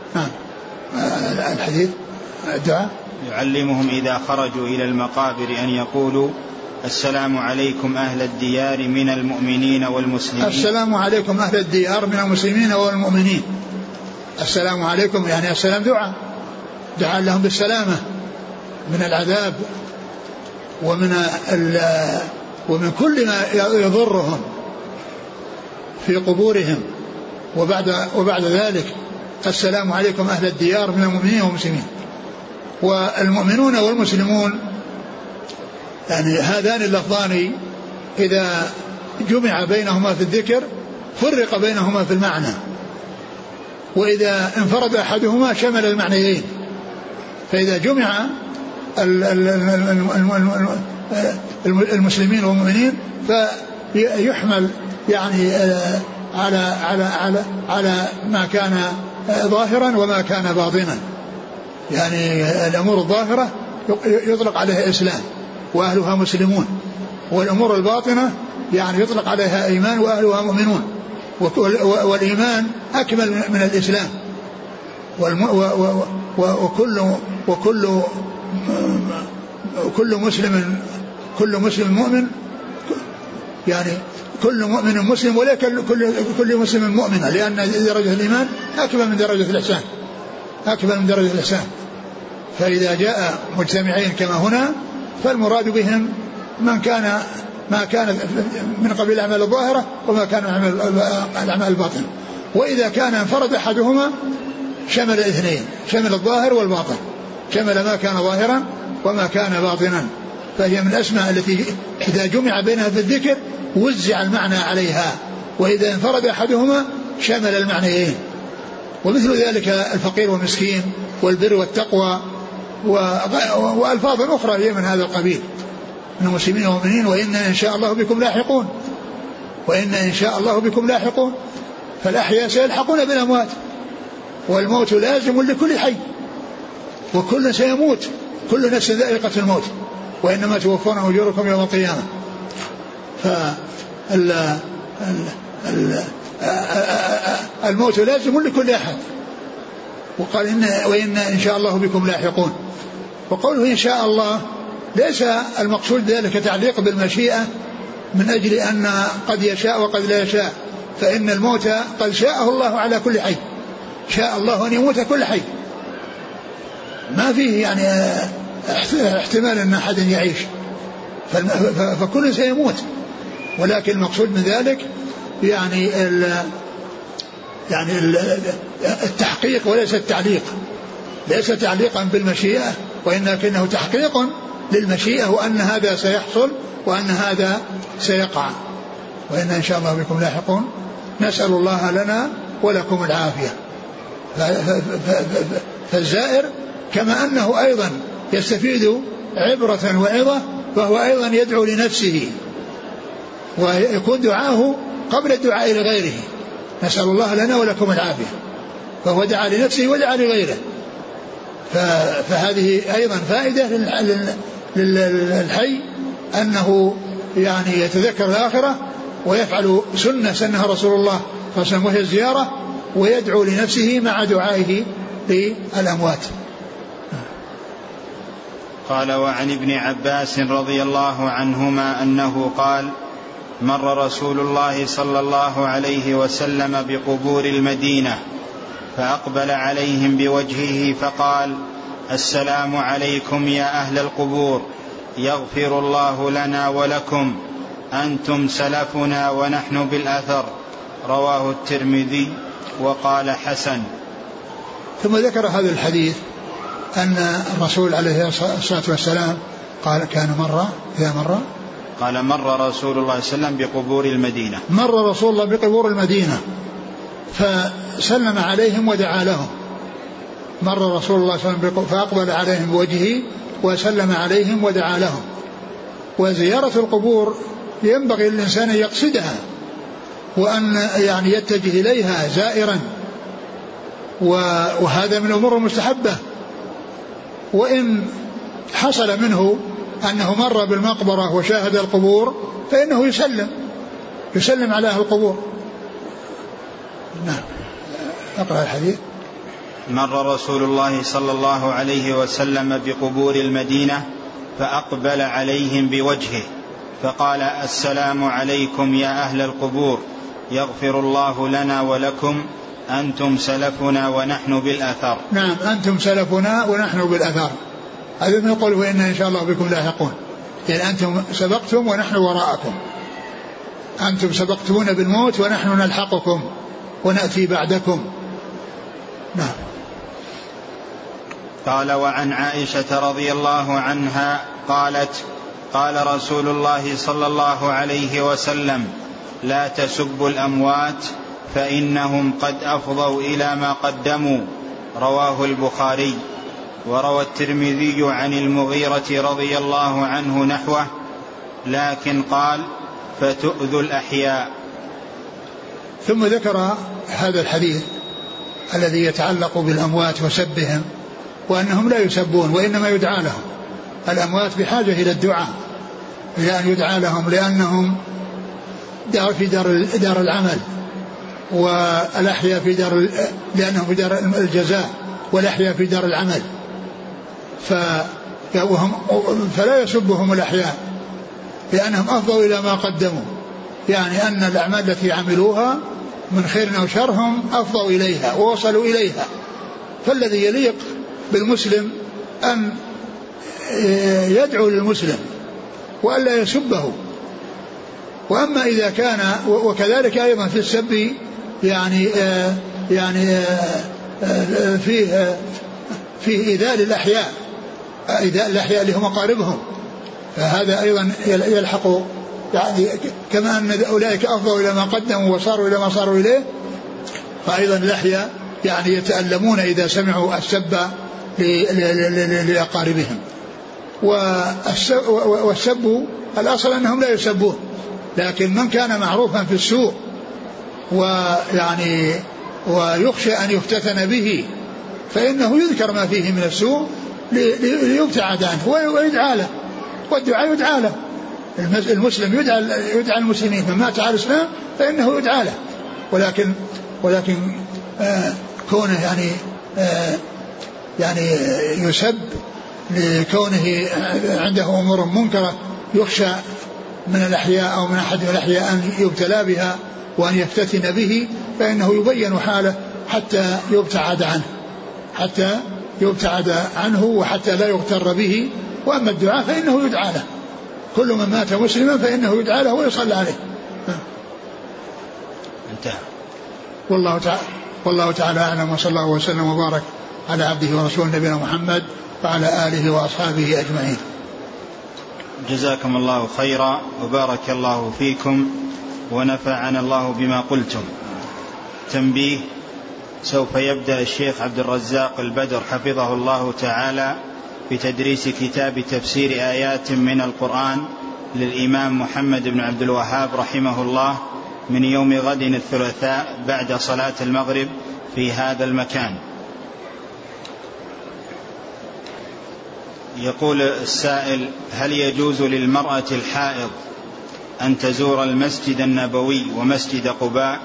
الحديث الدعاء يعلمهم إذا خرجوا إلى المقابر أن يقولوا السلام عليكم أهل الديار من المؤمنين والمسلمين. السلام عليكم أهل الديار من المسلمين والمؤمنين. السلام عليكم يعني السلام دعاء لهم بالسلامة من العذاب ومن كل ما يضرهم في قبورهم. وبعد ذلك السلام عليكم أهل الديار من المؤمنين والمسلمين. والمؤمنون والمسلمون يعني هذان اللفظان إذا جمع بينهما في الذكر فرق بينهما في المعنى، وإذا انفرد أحدهما شمل المعنيين. فإذا جمع المسلمين والمؤمنين فيحمل يعني على ما كان ظاهرا وما كان باطنا، يعني الأمور الظاهرة يطلق عليها إسلام وأهلها مسلمون، والأمور الباطنة يعني يطلق عليها إيمان وأهلها مؤمنون، والإيمان أكمل من الإسلام، وكل مسلم مؤمن، يعني كل مؤمن مسلم ولكن كل مسلم مؤمن، لأن درجة الإيمان أكبر من درجة الإحسان. فإذا جاء مجتمعين كما هنا فالمراد بهم ما كان من قبيل الأعمال الظاهرة وما كان الأعمال الباطنة. وإذا كان انفرد أحدهما شمل الاثنين، شمل الظاهر والباطن، شمل ما كان ظاهرا وما كان باطنا. فهي من الأسماء التي إذا جمع بينها في الذكر وزع المعنى عليها، وإذا انفرد أحدهما شمل المعنيين. ومثل ذلك الفقير والمسكين والبر والتقوى وألفاظ أخرى هي من هذا القبيل من المسلمين والمؤمنين. وإن إن شاء الله بكم لاحقون، فالأحياء سيلحقون بالأموات، والموت لازم لكل حي، وكل سيموت، كل نفس ذائقة الموت، وإنما توفون أجوركم يوم القيامة. الموت لازم لكل أحد. وقال وإن إن شاء الله بكم لاحقون. وقوله إن شاء الله ليس المقصود ذلك تعليق بالمشيئة من أجل أن قد يشاء وقد لا يشاء، فإن الموت قد شاءه الله على كل حي، شاء الله أن يموت كل حي، ما فيه يعني احتمال أن أحد يعيش، فكل سيموت. ولكن المقصود من ذلك يعني التحقيق وليس التعليق، ليس تعليقا بالمشيئة، وإنما تحقيق للمشيئة، وأن هذا سيحصل وأن هذا سيقع. وإن إن شاء الله بكم لاحقون، نسأل الله لنا ولكم العافية. فالزائر كما أنه أيضا يستفيد عبرة وعظة، فهو أيضا يدعو لنفسه، ويكون دعاه قبل الدعاء لغيره. نسأل الله لنا ولكم العافية، فهو دعا لنفسه ودعا لغيره. فهذه أيضا فائدة للحي أنه يعني يتذكر الآخرة ويفعل سنها رسول الله صلى الله عليه وسلم، وهي الزيارة، ويدعو لنفسه مع دعائه للأموات. قال وعن ابن عباس رضي الله عنهما أنه قال مر رسول الله صلى الله عليه وسلم بقبور المدينة فأقبل عليهم بوجهه فقال السلام عليكم يا أهل القبور، يغفر الله لنا ولكم، أنتم سلفنا ونحن بالأثر. رواه الترمذي وقال حسن. ثم ذكر هذا الحديث أن الرسول عليه الصلاة والسلام قال كان قال مر رسول الله صلى الله عليه وسلم بقبور المدينة، مر رسول الله بقبور المدينة فسلم عليهم ودعا لهم. مر رسول الله صلى الله عليه وسلم فأقبل عليهم بوجهه وسلم عليهم ودعا لهم. وزيارة القبور ينبغي للإنسان أن يقصدها، وأن يعني يتجه إليها زائرا، وهذا من الأمور المستحبة. وإن حصل منه أنه مر بالمقبرة وشاهد القبور فإنه يسلم على أهل القبور. نعم. أقرأ الحديث. مر رسول الله صلى الله عليه وسلم بقبور المدينة فأقبل عليهم بوجهه فقال السلام عليكم يا أهل القبور، يغفر الله لنا ولكم، أنتم سلفنا ونحن بالأثر. نعم، أنتم سلفنا ونحن بالأثر. هذا من قوله وإن إن شاء الله بكم لاحقون، يعني أنتم سبقتم ونحن وراءكم، أنتم سبقتمونا بالموت ونحن نلحقكم ونأتي بعدكم. نعم. قال وعن عائشة رضي الله عنها قالت قال رسول الله صلى الله عليه وسلم لا تسبوا الأموات فإنهم قد أفضوا إلى ما قدموا. رواه البخاري. وروى الترمذي عن المغيرة رضي الله عنه نحوه، لكن قال فتؤذوا الأحياء. ثم ذكر هذا الحديث الذي يتعلق بالأموات وسبهم، وأنهم لا يسبون وإنما يدعى لهم. الأموات بحاجة إلى الدعاء، لأن يدعى لهم لأنهم في دار العمل، والأحياء لأنهم في دار الجزاء والأحياء في دار العمل، فلا يسبهم الأحياء لأنهم أفضوا إلى ما قدموا، يعني أن الأعمال التي عملوها من خير أو شر هم أفضوا إليها ووصلوا إليها. فالذي يليق بالمسلم أن يدعو للمسلم وألا يسبه. وأما إذا كان وكذلك أيضا في السب يعني فيه إيذاء للأحياء، إيذاء الأحياء اللي هم أقاربهم، فهذا أيضا يلحق، يعني كما أن أولئك أفضوا إلى ما قدموا وصاروا إلى ما صاروا إليه، فأيضا الأحياء يعني يتألمون إذا سمعوا السب لأقاربهم. والسب الأصل أنهم لا يسبون، لكن من كان معروفا في السوء ويعني ويخشى أن يفتتن به فإنه يذكر ما فيه من السوء ليبتعد عنه ويدعى له، والدعاء يدعى له. المسلم يدعى المسلمين، من مات على الإسلام فإنه يدعى له. ولكن كونه يعني يسب لكونه عنده أمور منكرة يخشى من الأحياء أو من أحد الأحياء أن يبتلى بها وأن يفتتن به، فإنه يبين حاله حتى يبتعد عنه وحتى لا يغتر به. وأما الدعاء فإنه يدعى له، كل من مات مسلما فإنه يدعى له ويصلى عليه. انتهى. والله تعالى أعلم، وصلى الله وسلم وبارك على عبده ورسوله نبينا محمد وعلى آله وأصحابه أجمعين. جزاكم الله خيرا وبارك الله فيكم ونفعنا الله بما قلتم. تنبيه: سوف يبدأ الشيخ عبد الرزاق البدر حفظه الله تعالى بتدريس كتاب تفسير آيات من القرآن للإمام محمد بن عبد الوهاب رحمه الله من يوم غد الثلاثاء بعد صلاة المغرب في هذا المكان. يقول السائل: هل يجوز للمرأة الحائض أن تزور المسجد النبوي ومسجد قباء؟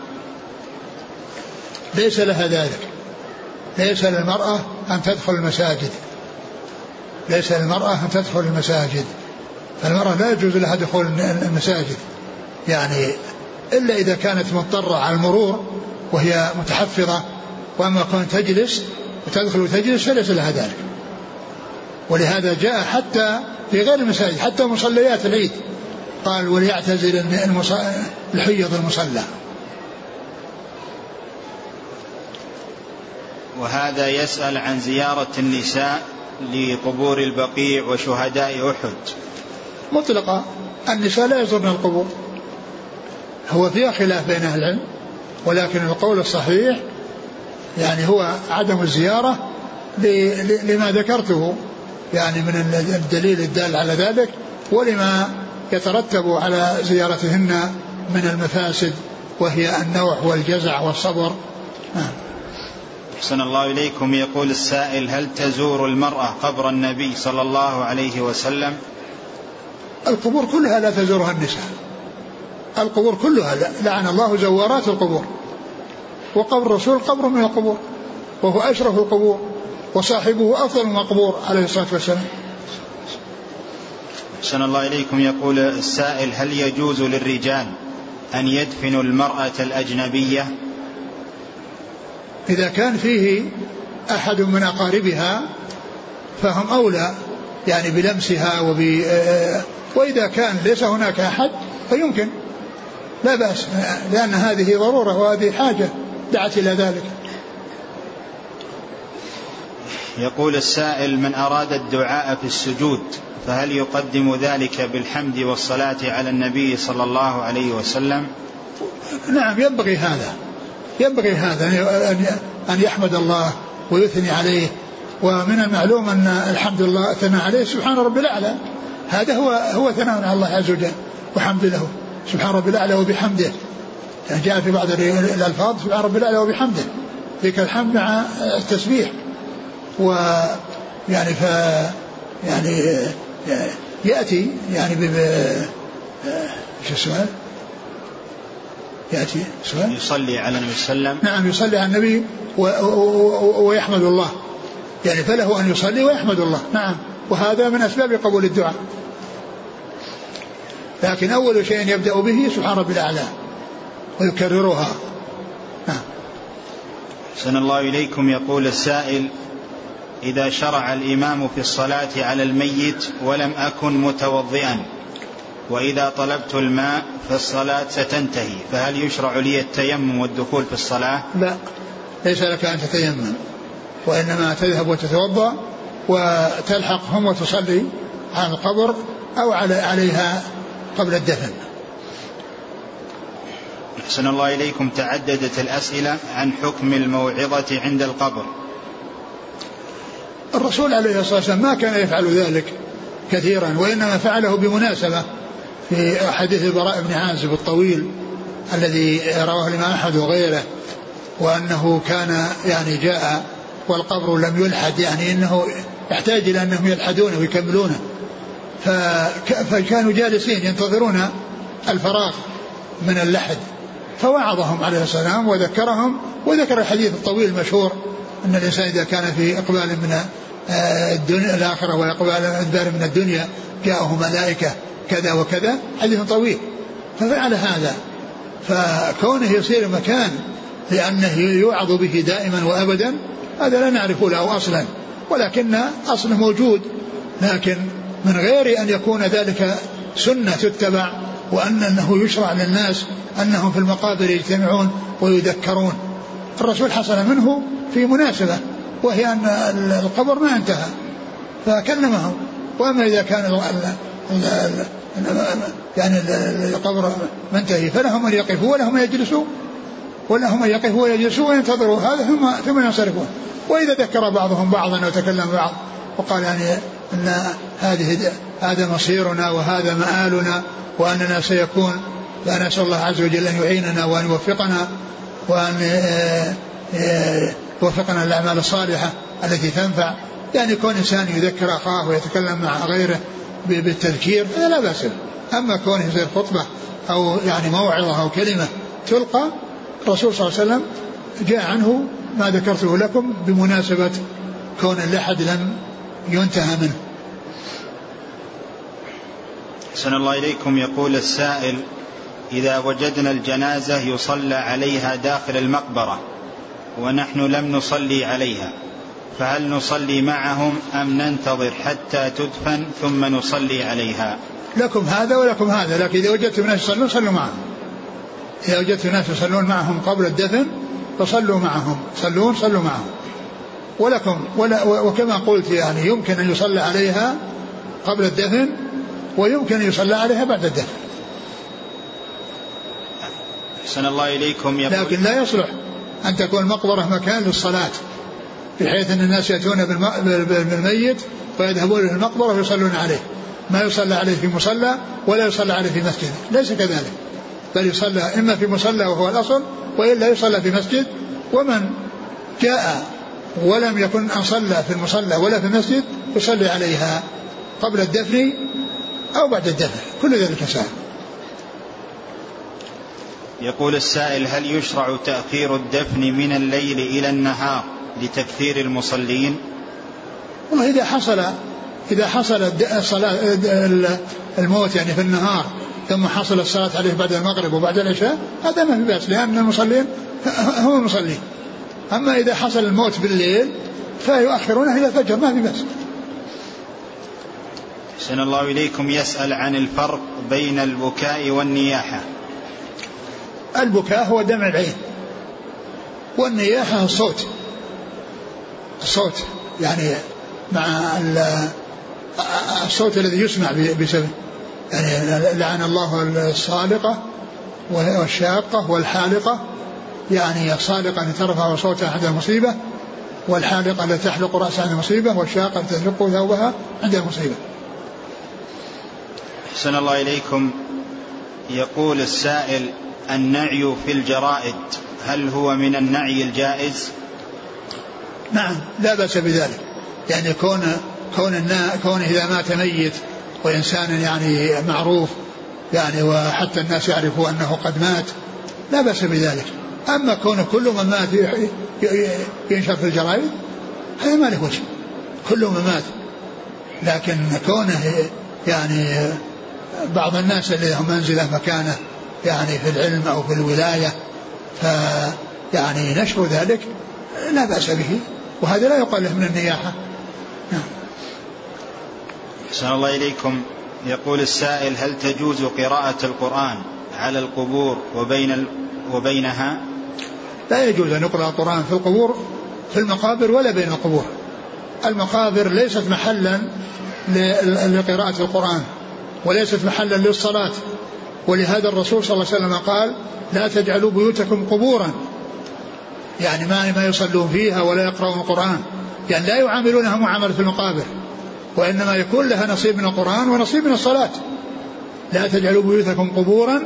ليس لها ذلك، ليس للمرأة أن تدخل المساجد، ليس للمرأة أن تدخل المساجد، فالمرأة لا يجوز لها دخول المساجد، يعني إلا إذا كانت مضطرة على المرور وهي متحفظة. وأما كون تجلس وتدخل وتجلس فليس لها ذلك. ولهذا جاء حتى في غير المساجد، حتى مصليات العيد قال: وليعتزل الحيض المصلى. وهذا يسأل عن زيارة النساء لقبور البقيع وشهداء أحد. مطلقة النساء لا يزورن القبور، هو فيها خلاف بين أهل العلم، ولكن القول الصحيح يعني هو عدم الزيارة لما ذكرته يعني من الدليل الدال على ذلك، ولما يترتب على زيارتهن من المفاسد وهي النوح والجزع والصبر. أحسن الله إليكم. يقول السائل: هل تزور المرأة قبر النبي صلى الله عليه وسلم؟ القبور كلها لا تزورها النساء، القبور كلها لعن الله زوارات القبور، وقبر الرسول قبر من القبور وهو أشرف القبور وصاحبه أفضل المقبور عليه الصلاة والسلام. أحسن الله إليكم. يقول السائل: هل يجوز للرجال أن يدفنوا المرأة الأجنبية؟ إذا كان فيه أحد من أقاربها فهم أولى يعني بلمسها وإذا كان ليس هناك أحد فيمكن لا بأس، لأن هذه ضرورة وهذه حاجة دعت إلى ذلك. يقول السائل: من أراد الدعاء في السجود فهل يقدم ذلك بالحمد والصلاة على النبي صلى الله عليه وسلم؟ نعم، ينبغي هذا أن يحمد الله ويثني عليه، ومن المعلوم أن الحمد لله ثنى عليه سبحان رب الأعلى، هذا هو ثناء على الله عز وجل وحمد له سبحان رب الأعلى وبحمده، يعني جاء في بعض الألفاظ سبحان رب الأعلى وبحمده، ذكر الحمد مع التسبيح. ويعني يعني يأتي يعني شو السؤال؟ يأتي سؤال: يصلي على النبي صلى الله عليه وسلم. نعم، يصلي على النبي ويحمد الله يعني فله أن يصلي ويحمد الله. نعم، وهذا من أسباب قبول الدعاء. لكن أول شيء يبدأ به سبحان ربي الأعلى ويكررها. نعم. أحسن الله إليكم. يقول السائل: إذا شرع الإمام في الصلاة على الميت ولم أكن متوضئا وإذا طلبت الماء فالصلاة ستنتهي، فهل يشرع لي التيمم والدخول في الصلاة؟ لا، ليس لك أن تتيمم، وإنما تذهب وتتوضأ وتلحقهم وتصلي على القبر أو عليها قبل الدفن. أحسن الله إليكم. تعددت الأسئلة عن حكم الموعظة عند القبر. الرسول عليه الصلاة والسلام ما كان يفعل ذلك كثيرا، وإنما فعله بمناسبة في حديث البراء بن عازب الطويل الذي رواه الإمام أحمد وغيره، وأنه كان يعني جاء والقبر لم يلحد، يعني إنه يحتاج إلى أنهم يلحدونه ويكملونه، فكانوا جالسين ينتظرون الفراغ من اللحد، فوعظهم عليه السلام وذكرهم، وذكر الحديث الطويل المشهور أن الإنسان إذا كان في إقبال من الدنيا الآخرة وإقبال أدبار من الدنيا جاءه ملائكة كذا وكذا، حديث طويل. ففعل هذا، فكونه يصير مكان لأنه يوعظ به دائما وأبدا هذا لا نعرف له أصلا، ولكن أصل موجود، لكن من غير أن يكون ذلك سنة تتبع، وأنه يشرع للناس أنهم في المقابر يجتمعون ويذكرون. الرسول حصل منه في مناسبة، وهي أن القبر ما انتهى فكلمهم. وأما إذا كان يعني القبر منتهي فلهم أن يقفوا ولهم أن يقفوا ويجلسوا وينتظروا هذا ثم ينصرفون. وإذا ذكر بعضهم بعضا وتكلم بعض وقال يعني أن هذا مصيرنا وهذا مآلنا وأننا سيكون، فنسأل الله عز وجل أن يعيننا وأن يوفقنا وأن يوفقنا الأعمال الصالحة التي تنفع. يعني كون إنسان يذكر أخاه ويتكلم مع غيره بالتذكير هذا لا بأس. أما كون يصير خطبة أو يعني موعظة أو كلمة تلقى، الرسول صلى الله عليه وسلم جاء عنه ما ذكرته لكم بمناسبة كون اللحد لم ينتهى منه. أحسن الله إليكم. يقول السائل: إذا وجدنا الجنازة يصلى عليها داخل المقبرة ونحن لم نصلي عليها، فهل نصلي معهم أم ننتظر حتى تدفن ثم نصلي عليها؟ لكم هذا ولكم هذا، لكن إذا وجدتم الناس يصلون صلوا معهم. إذا وجدتم الناس يصلون معهم قبل الدفن فصلوا معهم، صلوا معهم. ولكم وكما قلت يعني يمكن أن يصلى عليها قبل الدفن ويمكن أن يصلى عليها بعد الدفن. أحسن الله إليكم. لكن لا يصلح أن تكون المقبرة مكان للصلاة، بحيث أن الناس يأتون بالميت ويذهبون إلى المقبرة ويصلون عليه. ما يصلى عليه في مصلى ولا يصلى عليه في مسجد، ليس كذلك، بل يصلى إما في مصلى وهو الأصل، وإلا يصلى في مسجد. ومن جاء ولم يكن أن صلى في المصلى ولا في المسجد يصلي عليها قبل الدفن أو بعد الدفن، كل ذلك سهل. يقول السائل: هل يشرع تأخير الدفن من الليل إلى النهار لتكثير المصلين؟ والله إذا حصل الموت يعني في النهار ثم حصل الصلاة عليه بعد المغرب وبعد العشاء هذا ما في بأس، لأن المصلين هم المصلين. أما إذا حصل الموت بالليل فيؤخرونه إلى الفجر ما في بأس. أحسن الله إليكم. يسأل عن الفرق بين البكاء والنياحة. البكاء هو دمع العين، والنياحة الصوت يعني مع الصوت الذي يسمع بسبب، يعني لعن الله الصالقة والشاقة والحالقة، يعني الصالقة التي ترفع صوتها عند المصيبة، والحالقة التي تحلق رأسها عند المصيبة، والشاقة التي تحلق ثوبها عند المصيبة. أحسن الله إليكم. يقول السائل: النعي في الجرائد هل هو من النعي الجائز؟ نعم، لا بأس بذلك، يعني كون إذا مات ميت وإنسان يعني معروف يعني وحتى الناس يعرفوا أنه قد مات لا بأس بذلك. أما كون كل من مات ينشر في الجرائد هذا ما له وجه. كلهم مات. لكن كونه يعني بعض الناس اللي هم منزلة مكانه يعني في العلم أو في الولاية يعني نشر ذلك لا بأس به، وهذا لا يقال له من النياحة. أحسن الله إليكم. يقول السائل: هل تجوز قراءة القرآن على القبور وبينها؟ لا يجوز أن يقرأ القرآن في القبور في المقابر ولا بين القبور. المقابر ليست محلا لقراءة القرآن وليست محلا للصلاة، ولهذا الرسول صلى الله عليه وسلم قال: لا تجعلوا بيوتكم قبورا، يعني ما يصلون فيها ولا يقرؤون القرآن، يعني لا يعاملونها معاملة المقابر، وإنما يكون لها نصيب من القرآن ونصيب من الصلاة. لا تجعلوا بيوتكم قبورا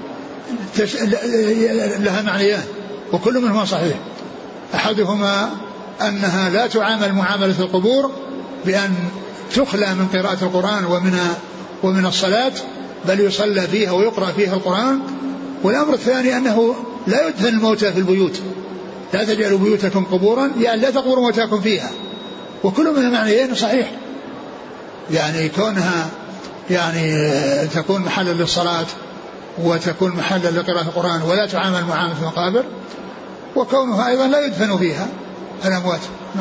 لها معنيان وكل منهما صحيح. أحدهما أنها لا تعامل معاملة القبور بأن تخلى من قراءة القرآن ومن الصلاة، بل يصلى فيها ويقرأ فيها القرآن. والأمر الثاني أنه لا يدفن الموتى في البيوت. لا تجعلوا بيوتكم قبورا يعني لا تقبروا موتاكم فيها، وكل من المعنيين صحيح. يعني كونها يعني تكون محلا للصلاة وتكون محلا لقراءة القرآن ولا تعامل معاملة المقابر، وكونها أيضا لا يدفن فيها الأموات.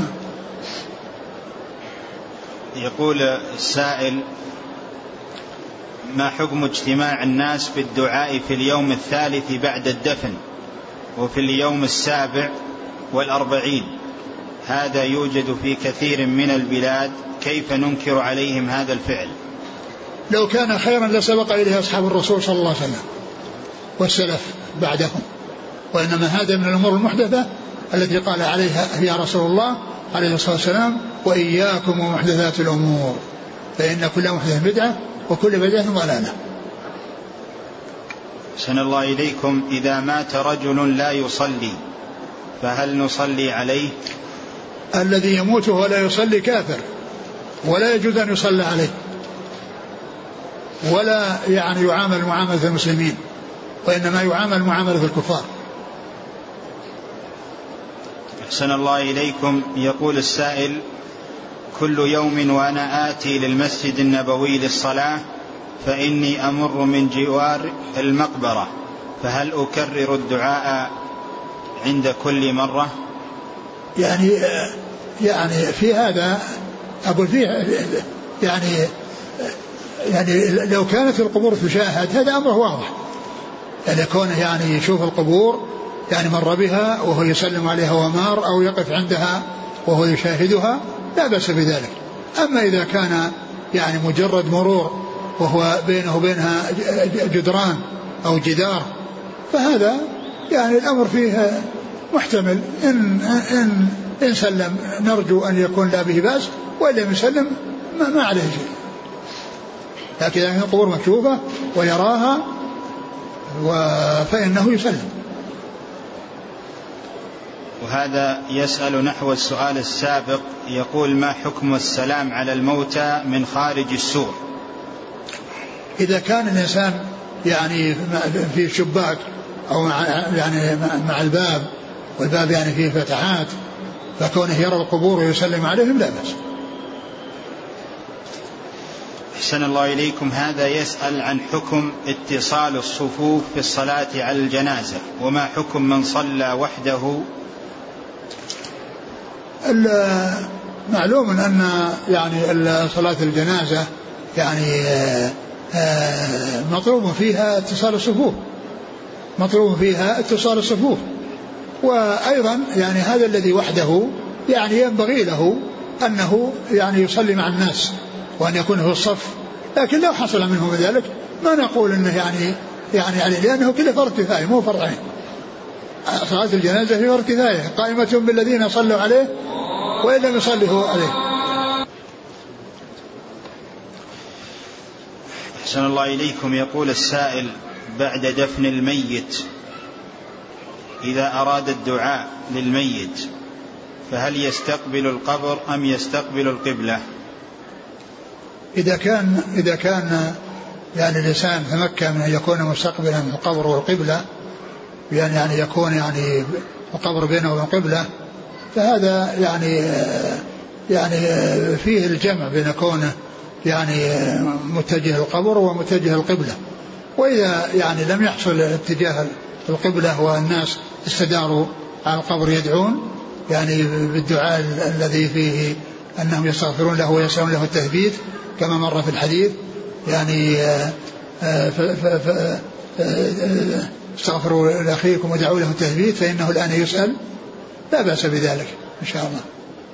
يقول السائل: ما حكم اجتماع الناس بالدعاء في اليوم 3 بعد الدفن وفي اليوم 7 و40؟ هذا يوجد في كثير من البلاد، كيف ننكر عليهم هذا الفعل؟ لو كان خيرا لسبق إليه أصحاب الرسول صلى الله عليه وسلم والسلف بعدهم، وإنما هذا من الأمور المحدثة التي قال عليها يا رسول الله عليه الصلاة والسلام: وإياكم ومحدثات الأمور فإن كل محدث بدعة وكل بدعة ضلالة. أحسن الله إليكم. إذا مات رجل لا يصلي فهل نصلي عليه؟ الذي يموت ولا يصلي كافر، ولا يجوز أن يصلى عليه، ولا يعني يعامل معاملة المسلمين، وإنما يعامل معاملة الكفار. أحسن الله إليكم. يقول السائل: كل يوم وأنا آتي للمسجد النبوي للصلاة فإني أمر من جوار المقبرة، فهل أكرر الدعاء عند كل مرة؟ يعني في هذا أقول فيه يعني لو كانت القبور تشاهد هذا أمر واضح، يعني كونه يعني يشوف القبور يعني مر بها وهو يسلم عليها ومار، أو يقف عندها وهو يشاهدها، لا بأس بذلك. أما إذا كان يعني مجرد مرور وهو بينه وبينها جدران أو جدار، فهذا يعني الأمر فيه محتمل. إن سلم نرجو أن يكون لا به بأس، وإن لم يسلم ما عليه شيء. لكن إذا كانت القبور مكشوفة ويراها فإنه يسلم. وهذا يسأل نحو السؤال السابق، يقول: ما حكم السلام على الموتى من خارج السور؟ إذا كان الإنسان يعني في شباك أو يعني مع الباب، والباب يعني فيه فتحات، فكونه يرى القبور ويسلم عليهم لا بأس. أحسن الله إليكم. هذا يسأل عن حكم اتصال الصفوف في الصلاة على الجنازة، وما حكم من صلى وحده؟ معلوم أن يعني صلاة الجنازة يعني مطلوب فيها اتصال الصفوف، مطلوب فيها اتصال الصفوف. وأيضا يعني هذا الذي وحده يعني ينبغي له أنه يعني يصلي مع الناس وأن يكون في الصف، لكن لو حصل منه ذلك ما نقول أنه يعني عليه، لأنه كله فرض كفاية مو فرض عين. صلاة الجنازة في فرض كفاية، قائمة بالذين صلوا عليه وإن لم يصلوا عليه. أحسن الله إليكم. يقول السائل: بعد دفن الميت إذا أراد الدعاء للميت فهل يستقبل القبر أم يستقبل القبلة؟ إذا كان يعني الإنسان تمكن من أن يكون مستقبلا القبر والقبلة، يعني يكون يعني القبر بينه وبين القبلة، فهذا يعني فيه الجمع بين كونه يعني متجه القبر ومتجه القبلة. وإذا يعني لم يحصل اتجاه القبلة والناس استداروا على القبر يدعون يعني بالدعاء الذي فيه أنهم يستغفرون له ويسألون له التثبيت كما مر في الحديث يعني استغفروا لأخيكم ودعوا له التثبيت فإنه الآن يسأل، لا بأس بذلك إن شاء الله.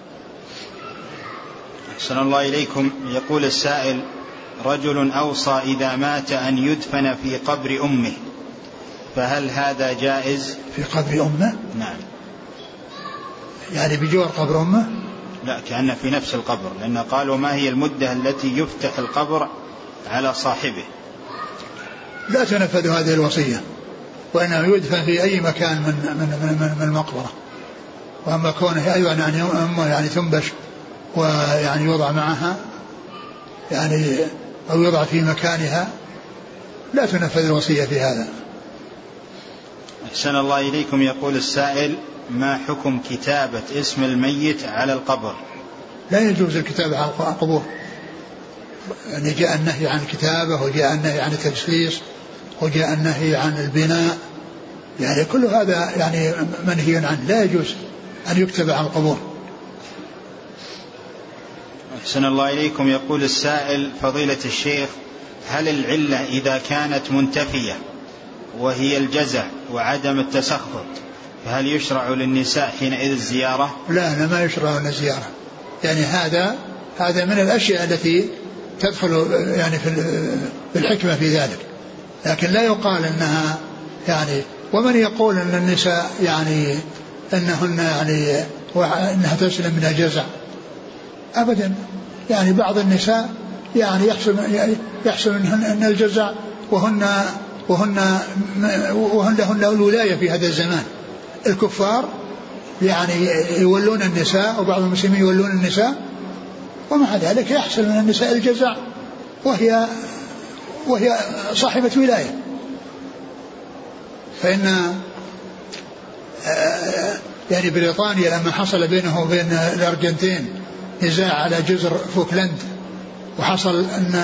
أحسن الله إليكم. يقول السائل: رجل أوصى إذا مات أن يدفن في قبر أمه، فهل هذا جائز؟ في قبر أمه؟ نعم. يعني بجوار قبر أمه؟ لا، كأنه في نفس القبر، لأن قالوا ما هي المدة التي يفتح القبر على صاحبه. لا تنفذ هذه الوصية، وإنه يدفن في أي مكان من المقبرة. وأما كونه أيضا يعني أمه يعني تنبش ويعني يوضع معها يعني أو يوضع في مكانها، لا تنفذ الوصية في هذا. أحسن الله إليكم. يقول السائل: ما حكم كتابة اسم الميت على القبر؟ لا يجوز الكتابة على القبور، يعني جاء النهي عن الكتابة وجاء النهي عن التجسيس وجاء النهي عن البناء، يعني كل هذا يعني منهي عنه، لا يجوز أن يكتب على القبور. أحسن الله إليكم. يقول السائل: فضيلة الشيخ، هل العلة إذا كانت منتفية وهي الجزع وعدم التسخط فهل يشرع للنساء حينئذ الزيارة؟ لا ما يشرع لنا الزيارة، يعني هذا من الأشياء التي تدخل يعني في الحكمة في ذلك، لكن لا يقال أنها يعني. ومن يقول أن النساء يعني أنهن يعني أنها تسلم من الجزع أبدا، يعني بعض النساء يعني يحصل أن الجزع وهن لهن الولاية في هذا الزمان. الكفار يعني يولون النساء وبعض المسلمين يولون النساء، ومع ذلك يحصل من النساء الجزع وهي صاحبة ولاية. فإن يعني بريطانيا لما حصل بينه وبين الأرجنتين نزاع على جزر فوكلاند، وحصل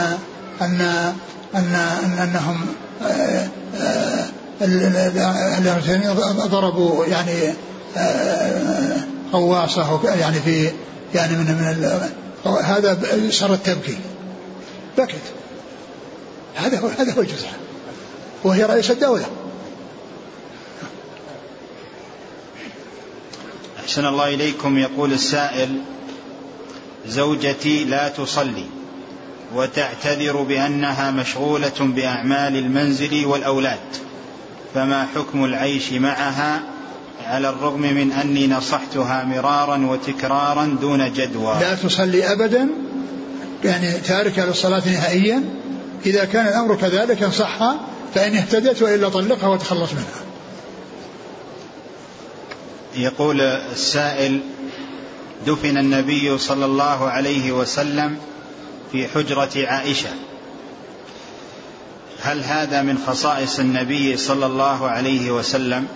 أنهم الأرجنتين ضربوا يعني غواصة يعني في يعني من هذا صارت تبكي، بكت. هذا هو الجزع، وهي رئيس الدولة. أحسن الله إليكم. يقول السائل: زوجتي لا تصلي وتعتذر بأنها مشغولة بأعمال المنزل والأولاد، فما حكم العيش معها على الرغم من أني نصحتها مرارا وتكرارا دون جدوى؟ لا تصلي أبدا، يعني تاركة للصلاة نهائيا. إذا كان الأمر كذلك انصحها، فإن اهتدت وإلا طلقها وتخلص منها. يقول السائل: دفن النبي صلى الله عليه وسلم في حجرة عائشة، هل هذا من خصائص النبي صلى الله عليه وسلم؟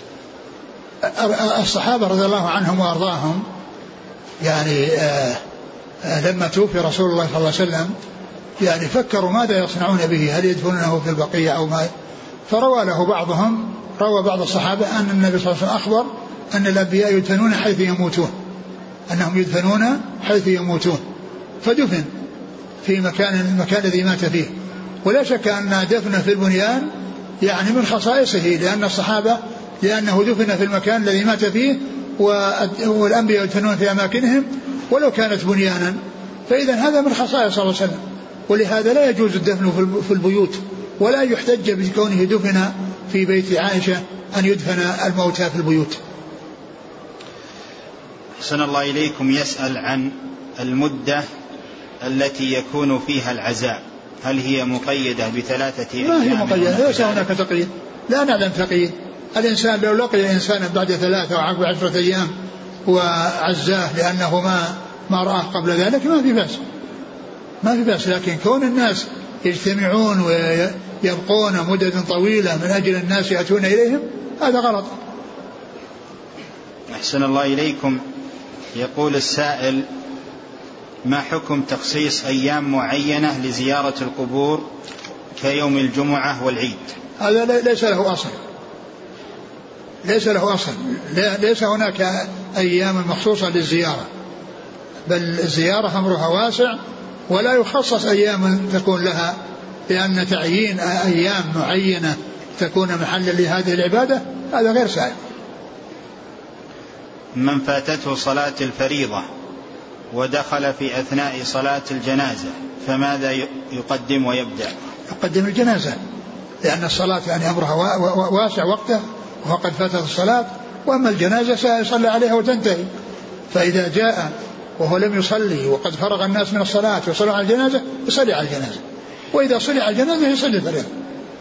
الصحابة رضي الله عنهم وأرضاهم يعني لما توفي رسول الله صلى الله عليه وسلم يعني فكروا ماذا يصنعون به، هل يدفنونه في البقيع أو ما، فروى له بعضهم، روى بعض الصحابة أن النبي صلى الله عليه وسلم أخبر أن الأنبياء يدفنون حيث يموتون، أنهم يدفنون حيث يموتون، فدفن في المكان الذي مات فيه. ولا شك أن دفنه في البنيان يعني من خصائصه، لأن الصحابة لأنه دفن في المكان الذي مات فيه، والأنبياء يدفنون في أماكنهم ولو كانت بنيانا، فإذا هذا من خصائص صلى الله عليه وسلم. ولهذا لا يجوز الدفن في البيوت، ولا يحتج بكونه دفن في بيت عائشة أن يدفن الموتى في البيوت. أحسن الله إليكم. يسأل عن المدة التي يكون فيها العزاء، هل هي مقيدة ب3 أيام؟ ما هي مقيدة، ليس هناك تقييد، لا نعلم تقييد. الإنسان لو لقي إنسانا بعد 3 أو عقب 10 أيام وعزاه لأنه ما رآه قبل ذلك ما في بأس، لكن كون الناس يجتمعون ويبقون مدة طويلة من أجل الناس يأتون إليهم هذا غلط. أحسن الله إليكم. يقول السائل: ما حكم تخصيص أيام معينة لزيارة القبور كيوم الجمعة والعيد؟ هذا ليس له أصل، ليس هناك أيام مخصوصة للزيارة، بل الزيارة أمرها واسع، ولا يخصص أيام تكون لها، لأن تعيين أيام معينة تكون محلا لهذه العبادة هذا غير سائغ. من فاتته صلاة الفريضة ودخل في أثناء صلاة الجنازة فماذا يقدم ويبدأ؟ يقدم الجنازة، لأن الصلاة يعني أمرها واسع وقته وقد فاتت الصلاة، وأما الجنازة سيصلى عليها وتنتهي، فإذا جاء وهو لم يصلي وقد فرغ الناس من الصلاة وصلوا على الجنازة يصلي على الجنازة، وإذا صلي على الجنازة يصلي الفريضة.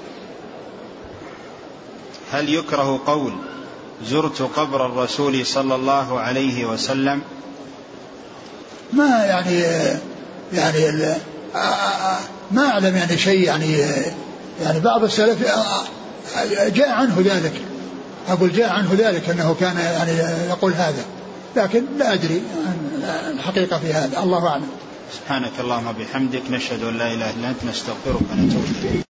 هل يكره قول زرت قبر الرسول صلى الله عليه وسلم؟ ما ما أعلم يعني شيء يعني بعض السلف جاء عنه ذلك، أقول جاء عنه ذلك أنه كان يعني يقول هذا، لكن لا أدري الحقيقة في هذا، الله أعلم. سبحانك اللهم وبحمدك، نشهد أن لا إله إلا أنت، نستغفرك ونتوب إليك.